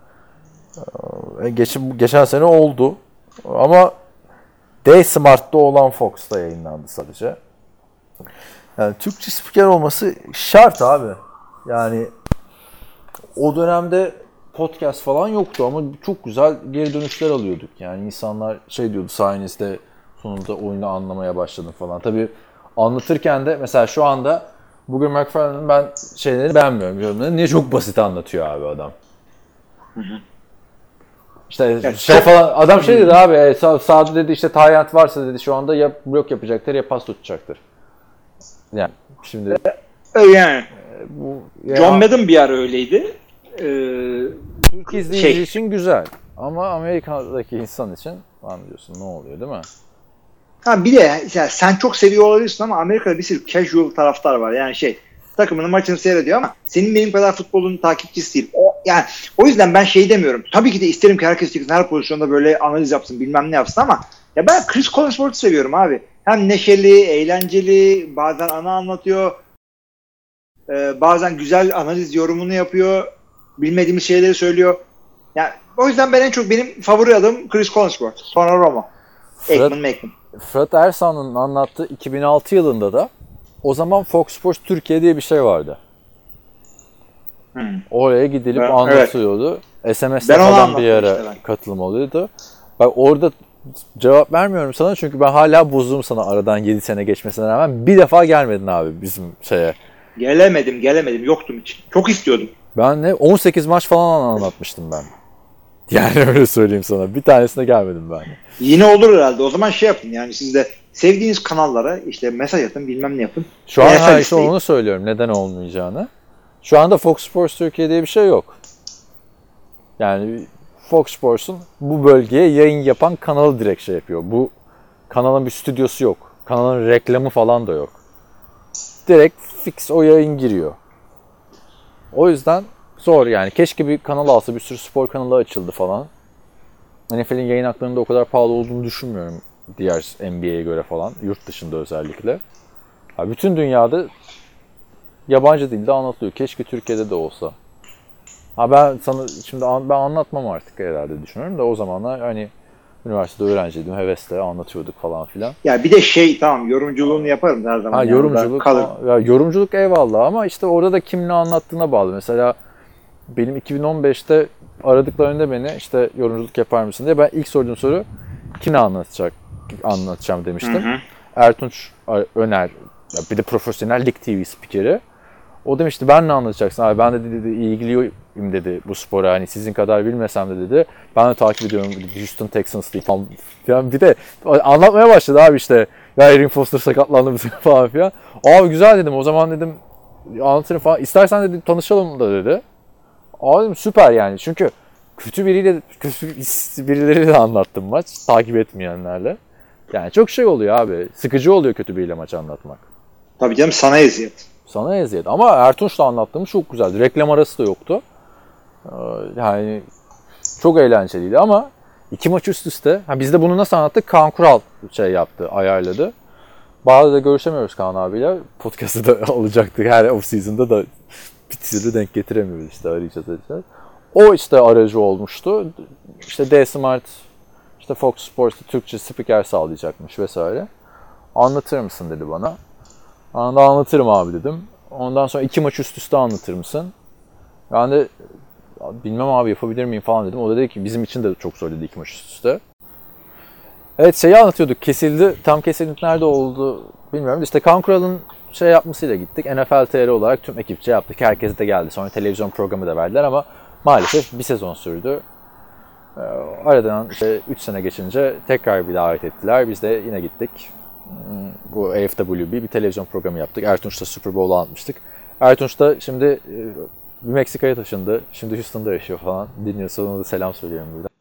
Geçen, geçen sene oldu. Ama D-Smart'ta olan Fox'ta yayınlandı sadece. Yani Türkçe spiker olması şart abi. Yani o dönemde podcast falan yoktu ama çok güzel geri dönüşler alıyorduk. Yani insanlar şey diyordu sayenizde sonunda oyunu anlamaya başladım falan. Tabii anlatırken de mesela şu anda bugün McFarland'ın ben şeyleri beğenmiyorum. Yorumları. Niye çok basit anlatıyor abi adam. Hı hı. İşte yani şey çok... falan adam şey dedi abi e, sağ, sağda dedi işte Tayyant varsa dedi şu anda ya blok yapacaktır ya pas tutacaktır. Yani şimdi yani bu ya, John Madden bir ara öyleydi. Ee, Türk izleyici şey. için güzel ama Amerika'daki insan için anlıyorsun ne oluyor değil mi? Ha bir de yani sen çok seviyor olabilirsin ama Amerika'da bir sürü casual taraftar var. Yani şey takımının maçını seyrediyor ama senin benim kadar futbolun takipçisi değil. O yani o yüzden ben şey demiyorum. Tabii ki de isterim ki herkes çıksın her pozisyonda böyle analiz yapsın, bilmem ne yapsın ama ya ben Chris Collinsworth'u seviyorum abi. Hem neşeli, eğlenceli, bazen ana anlatıyor. Ee, bazen güzel analiz yorumunu yapıyor. Bilmediğimiz şeyleri söylüyor. Yani o yüzden ben en çok benim favori adım Chris Collinsworth. Sonra Romo. Ekman Ekman. Fırat Ersan'ın anlattığı iki bin altı yılında da o zaman Fox Sports Türkiye diye bir şey vardı. Hmm. Oraya gidilip ben, anlatıyordu. Evet. S M S'le falan bir yere işte katılım oluyordu. Bak orada cevap vermiyorum sana çünkü ben hala bozdum sana aradan yedi sene geçmesine rağmen bir defa gelmedin abi bizim şeye. Gelemedim, gelemedim. Yoktum hiç. Çok istiyordum. Ben ne on sekiz maç falan anlatmıştım ben. Yani öyle söyleyeyim sana. Bir tanesine gelmedim ben. Yine olur herhalde. O zaman şey yapın yani siz de sevdiğiniz kanallara işte mesaj atın, bilmem ne yapın. Şu an her işte onu söylüyorum. Neden olmayacağını. Şu anda Fox Sports Türkiye diye bir şey yok. Yani Fox Sports'un bu bölgeye yayın yapan kanalı direkt şey yapıyor. Bu kanalın bir stüdyosu yok. Kanalın reklamı falan da yok. Direkt fix o yayın giriyor. O yüzden zor yani. Keşke bir kanal alsa, bir sürü spor kanalı açıldı falan. N F L'in yayın haklarının da o kadar pahalı olduğunu düşünmüyorum diğer N B A'ye göre falan. Yurt dışında özellikle. Ha, bütün dünyada yabancı dilde anlatılıyor. Keşke Türkiye'de de olsa. Ha ben sana şimdi ben anlatmam artık herhalde düşünüyorum da o zamanlar hani üniversitede öğrenciydim, hevesle anlatıyorduk falan filan. Ya bir de şey tamam yorumculuğunu yaparım her zaman. Ha yorumculuk, ya yorumculuk eyvallah ama işte orada da kim ne anlattığına bağlı. Mesela benim iki bin on beşte aradıklarında beni işte yorumculuk yapar mısın diye ben ilk sorduğum soru kimi anlatacak anlatacağım demiştim. Hı hı. Ertunç Öner, bir de profesyonel Lig T V spikeri. O demişti ben ne anlatacaksın abi, ben de dedi, dedi ilgiliyim dedi bu spora, hani sizin kadar bilmesem de dedi ben de takip ediyorum dedi, Houston Texans diye falan. Yani bir de anlatmaya başladı abi işte ya Erin Foster sakatlandı falan filan. Abi güzel dedim, o zaman dedim anlatırım falan, istersen dedi tanışalım da dedi. Abi dedim süper yani, çünkü kötü biriyle kötü birileriyle de anlattım maç, takip etmeyenlerle. Yani çok şey oluyor abi, sıkıcı oluyor kötü biriyle maç anlatmak. Tabii canım, sana eziyet. Sana eziyet. Ama Ertunç'la anlattığım çok güzeldi. Reklam arası da yoktu. Yani çok eğlenceliydi ama iki maç üst üste. Ha, biz de bunu nasıl anlattık? Kaan Kural şey yaptı, ayarladı. Bazen de görüşemiyoruz Kaan abiyle. Podcast'ı da alacaktık. Her off-season'da da bir türlü denk getiremiyoruz işte, arayacağız arayacağız. O işte aracı olmuştu. İşte D-Smart, işte Fox Sports'ta Türkçe spiker sağlayacakmış vesaire. Anlatır mısın dedi bana. Ben de anlatırım abi dedim. Ondan sonra iki maç üst üste anlatır mısın? Ben de bilmem abi yapabilir miyim falan dedim. O da dedi ki bizim için de çok zor dedi iki maç üst üste. Evet, şeyi anlatıyorduk, kesildi. Tam kesildik nerede oldu bilmiyorum. İşte Kaan Kural'ın şey yapmasıyla gittik. N F L T R olarak tüm ekipçe yaptık. Herkes de geldi. Sonra televizyon programı da verdiler ama maalesef bir sezon sürdü. Ee, aradan işte üç sene geçince tekrar bir davet ettiler. Biz de yine gittik. Bu A F W B bir televizyon programı yaptık. Ertunç'ta Super Bowl'u anlatmıştık. Ertunç da şimdi Meksika'ya taşındı. Şimdi Houston'da yaşıyor falan. Dinliyorsa ona da selam söylüyorum burada.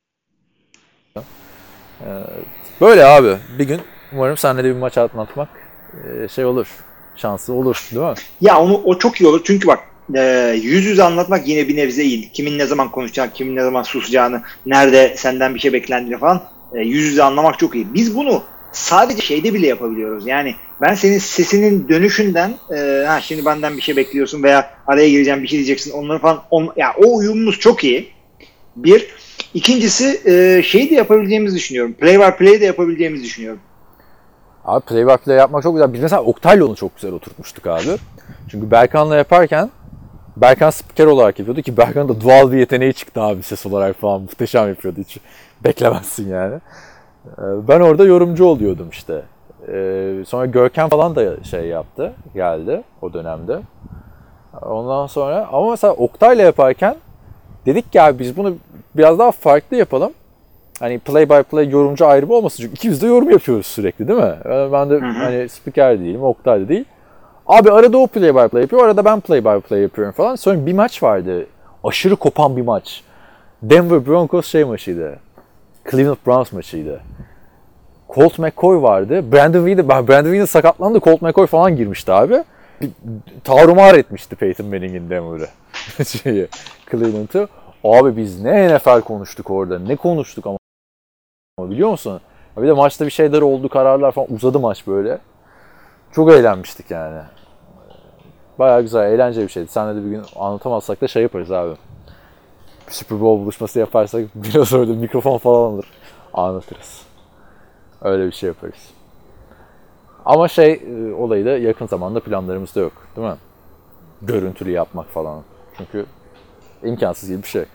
Böyle abi. Bir gün umarım seninle de bir maç anlatmak şey olur. Şansı olur değil mi? Ya onu o çok iyi olur. Çünkü bak yüz yüze anlatmak yine bir nebze iyi. Kimin ne zaman konuşacağını, kimin ne zaman susacağını, nerede senden bir şey beklendiğini falan yüz yüze anlamak çok iyi. Biz bunu sadece şeyde bile yapabiliyoruz. Yani ben senin sesinin dönüşünden e, ha şimdi benden bir şey bekliyorsun veya araya gireceğim bir şey diyeceksin. Onları falan on, ya o uyumumuz çok iyi. Bir. İkincisi e, şeyi de yapabileceğimizi düşünüyorum. Play by play de yapabileceğimizi düşünüyorum. Abi play by play yapmak çok güzel. Biz mesela Oktay'la onu çok güzel oturtmuştuk abi. Çünkü Berkan'la yaparken Berkan spiker olarak yapıyordu ki Berkan'ın da doğal bir yeteneği çıktı abi ses olarak falan. Muhteşem yapıyordu. Hiç beklemezsin yani. Ben orada yorumcu oluyordum işte. Sonra Görkem falan da şey yaptı. Geldi o dönemde. Ondan sonra ama mesela Oktay'la yaparken dedik ki abi biz bunu biraz daha farklı yapalım. Hani play by play yorumcu ayrımı olmasın. Çünkü ikimiz de yorum yapıyoruz sürekli değil mi? Ben de hı hı. hani spiker değilim, Oktay da değil. Abi arada o play by play yapıyor, arada ben play by play yapıyorum falan. Sonra bir maç vardı. Aşırı kopan bir maç. Denver Broncos şey maçıydı. Cleveland Browns maçıydı. Colt McCoy vardı. Brandon Whedon, Brandon Whedon sakatlandı. Colt McCoy falan girmişti abi. Bir, tarumar etmişti Peyton Manning'in Denver'ı. Şeyi, Cleveland'ı. Abi biz ne N F L konuştuk orada. Ne konuştuk ama. Ama biliyor musun? Bir de maçta bir şeyler oldu, kararlar falan, uzadı maç böyle. Çok eğlenmiştik yani. Bayağı güzel, eğlenceli bir şeydi. Seninle de bir gün anlatamazsak da şey yaparız abi. Super Bowl buluşması yaparsak biraz öyle mikrofon falan alır. Anlatırız. Öyle bir şey yaparız. Ama şey olayı da yakın zamanda planlarımızda yok. Değil mi? Görüntülü yapmak falan. Çünkü imkansız gibi bir şey.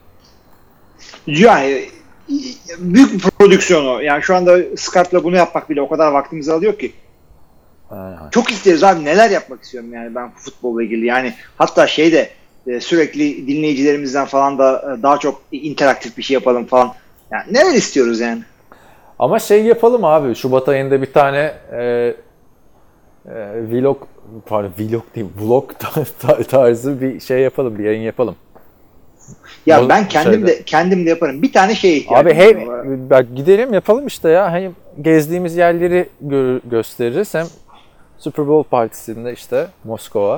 Yani büyük bir prodüksiyonu. Yani şu anda Skype'la bunu yapmak bile o kadar vaktimizi alıyor ki. Aynen. Çok isteriz abi, neler yapmak istiyorum yani ben futbolla ilgili. Yani hatta şey de sürekli dinleyicilerimizden falan da daha çok interaktif bir şey yapalım falan. Yani neler istiyoruz yani. Ama şey yapalım abi. Şubat ayında bir tane e, e, vlog pardon vlog değil vlog tarzı bir şey yapalım. Bir yayın yapalım. Ya o ben kendim şeyde. de kendim de yaparım. Bir tane şeye ihtiyacım var. Abi hem bak gidelim yapalım işte ya. Hem gezdiğimiz yerleri gö- gösteririz hem Super Bowl partisinde işte Moskova.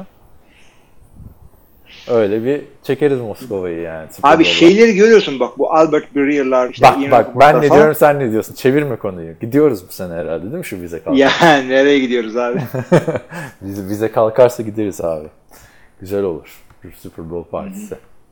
Öyle bir çekeriz Moskova'yı yani. Super abi Bowl'da. Şeyleri görüyorsun bak bu Albert Breer'lar işte. Bak bak ben ne falan. diyorum sen ne diyorsun? Çevirme konuyu. Gidiyoruz bu sene herhalde değil mi şu vize kalkarsa? Ya nereye gidiyoruz abi? vize, vize kalkarsa gideriz abi. Güzel olur. Bir Super Bowl partisi.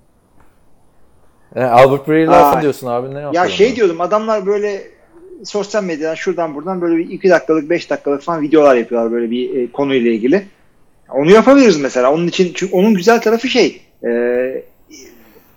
Yani Albert Breer'lar diyorsun abi ne yapalım? Ya şey abi? diyordum adamlar böyle sosyal medyadan şuradan buradan böyle bir iki dakikalık beş dakikalık falan videolar yapıyorlar böyle bir e, konuyla ilgili. Onu yapabiliriz mesela. Onun için çünkü onun güzel tarafı şey e,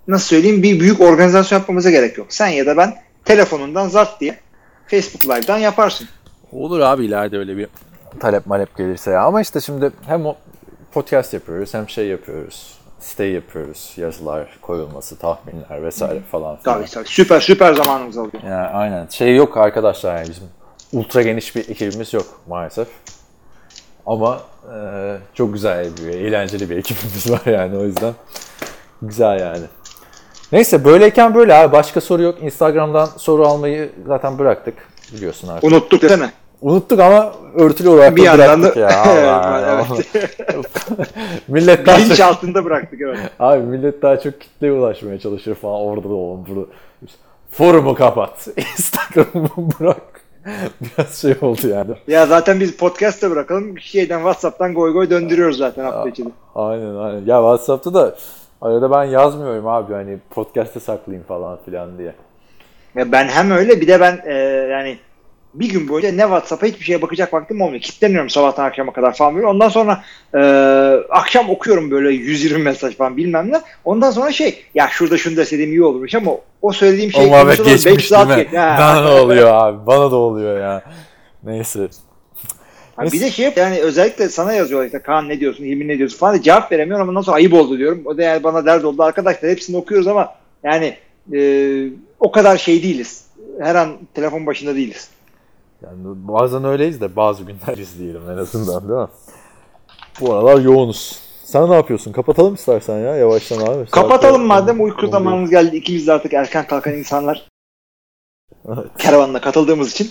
nasıl söyleyeyim bir büyük organizasyon yapmamıza gerek yok. Sen ya da ben telefonundan zart diye Facebook Live'dan yaparsın. Olur abi ileride öyle bir talep malep gelirse ya. Ama işte şimdi hem o podcast yapıyoruz hem şey yapıyoruz. Site yapıyoruz. Yazılar koyulması, tahminler vesaire falan filan. Tabii tabii. Süper süper zamanımız alıyor. Yani aynen. Şey yok arkadaşlar yani bizim ultra geniş bir ekibimiz yok maalesef. Ama e, çok güzel bir, eğlenceli bir ekibimiz var yani o yüzden. Güzel yani. Neyse böyleyken böyle abi. Başka soru yok. Instagram'dan soru almayı zaten bıraktık. Biliyorsun artık. Unuttuk değil mi? Unuttuk ama örtülü olarak bir da bıraktık da... ya. Allah, evet. millet daha bilinç çok... altında bıraktık evet. Abi millet daha çok kitleye ulaşmaya çalışır falan. Orada da olun burada. Forumu kapat. Instagram'ı bırak. Biraz şey oldu yani. Ya zaten biz podcast'ta bırakalım. Şeyden WhatsApp'tan goy goy döndürüyoruz zaten hafta içinde. Aynen aynen. Ya WhatsApp'ta da arada ben yazmıyorum abi hani podcast'te saklayayım falan filan diye. Ya ben hem öyle bir de ben e, yani bir gün boyunca ne WhatsApp'a hiçbir şeye bakacak vaktim olmuyor. Kitleniyorum sabahtan akşama kadar falan böyle. Ondan sonra e, akşam okuyorum böyle yüz yirmi mesaj falan bilmem ne. Ondan sonra şey ya şurada şunu deseydim iyi olurmuş ama o söylediğim şey o muhabbet geçmiş değil mi? Bana da oluyor abi. Bana da oluyor ya. Neyse. Ha, bir de şey yani özellikle sana yazıyorlar işte Kaan ne diyorsun, Hilmi ne diyorsun falan cevap veremiyorum ama ondan sonra ayıp oldu diyorum. O da yani bana dert oldu. Arkadaşlar hepsini okuyoruz ama yani e, o kadar şey değiliz. Her an telefon başında değiliz. Yani bazen öyleyiz de bazı günler biz diyelim en azından değil mi? Bu aralar yoğunuz. Sen ne yapıyorsun? Kapatalım istersen ya yavaştan abi. Kapatalım Saat madem uyku zamanımız geldi. İkimiz de artık erken kalkan insanlar. Evet. Karavanına katıldığımız için.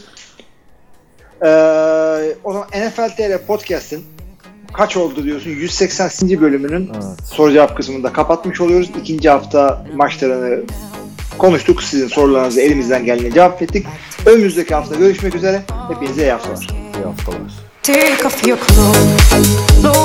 Ee, o zaman N F L T R Podcast'ın kaç oldu diyorsun? yüz sekseninci bölümünün Evet. soru cevap kısmında kapatmış oluyoruz. İkinci hafta maçlarını konuştuk. Sizin sorularınızı elimizden geldiğince cevap ettik. Önümüzdeki hafta görüşmek üzere. Hepinize iyi haftalar. İyi haftalar. Take off your clothes.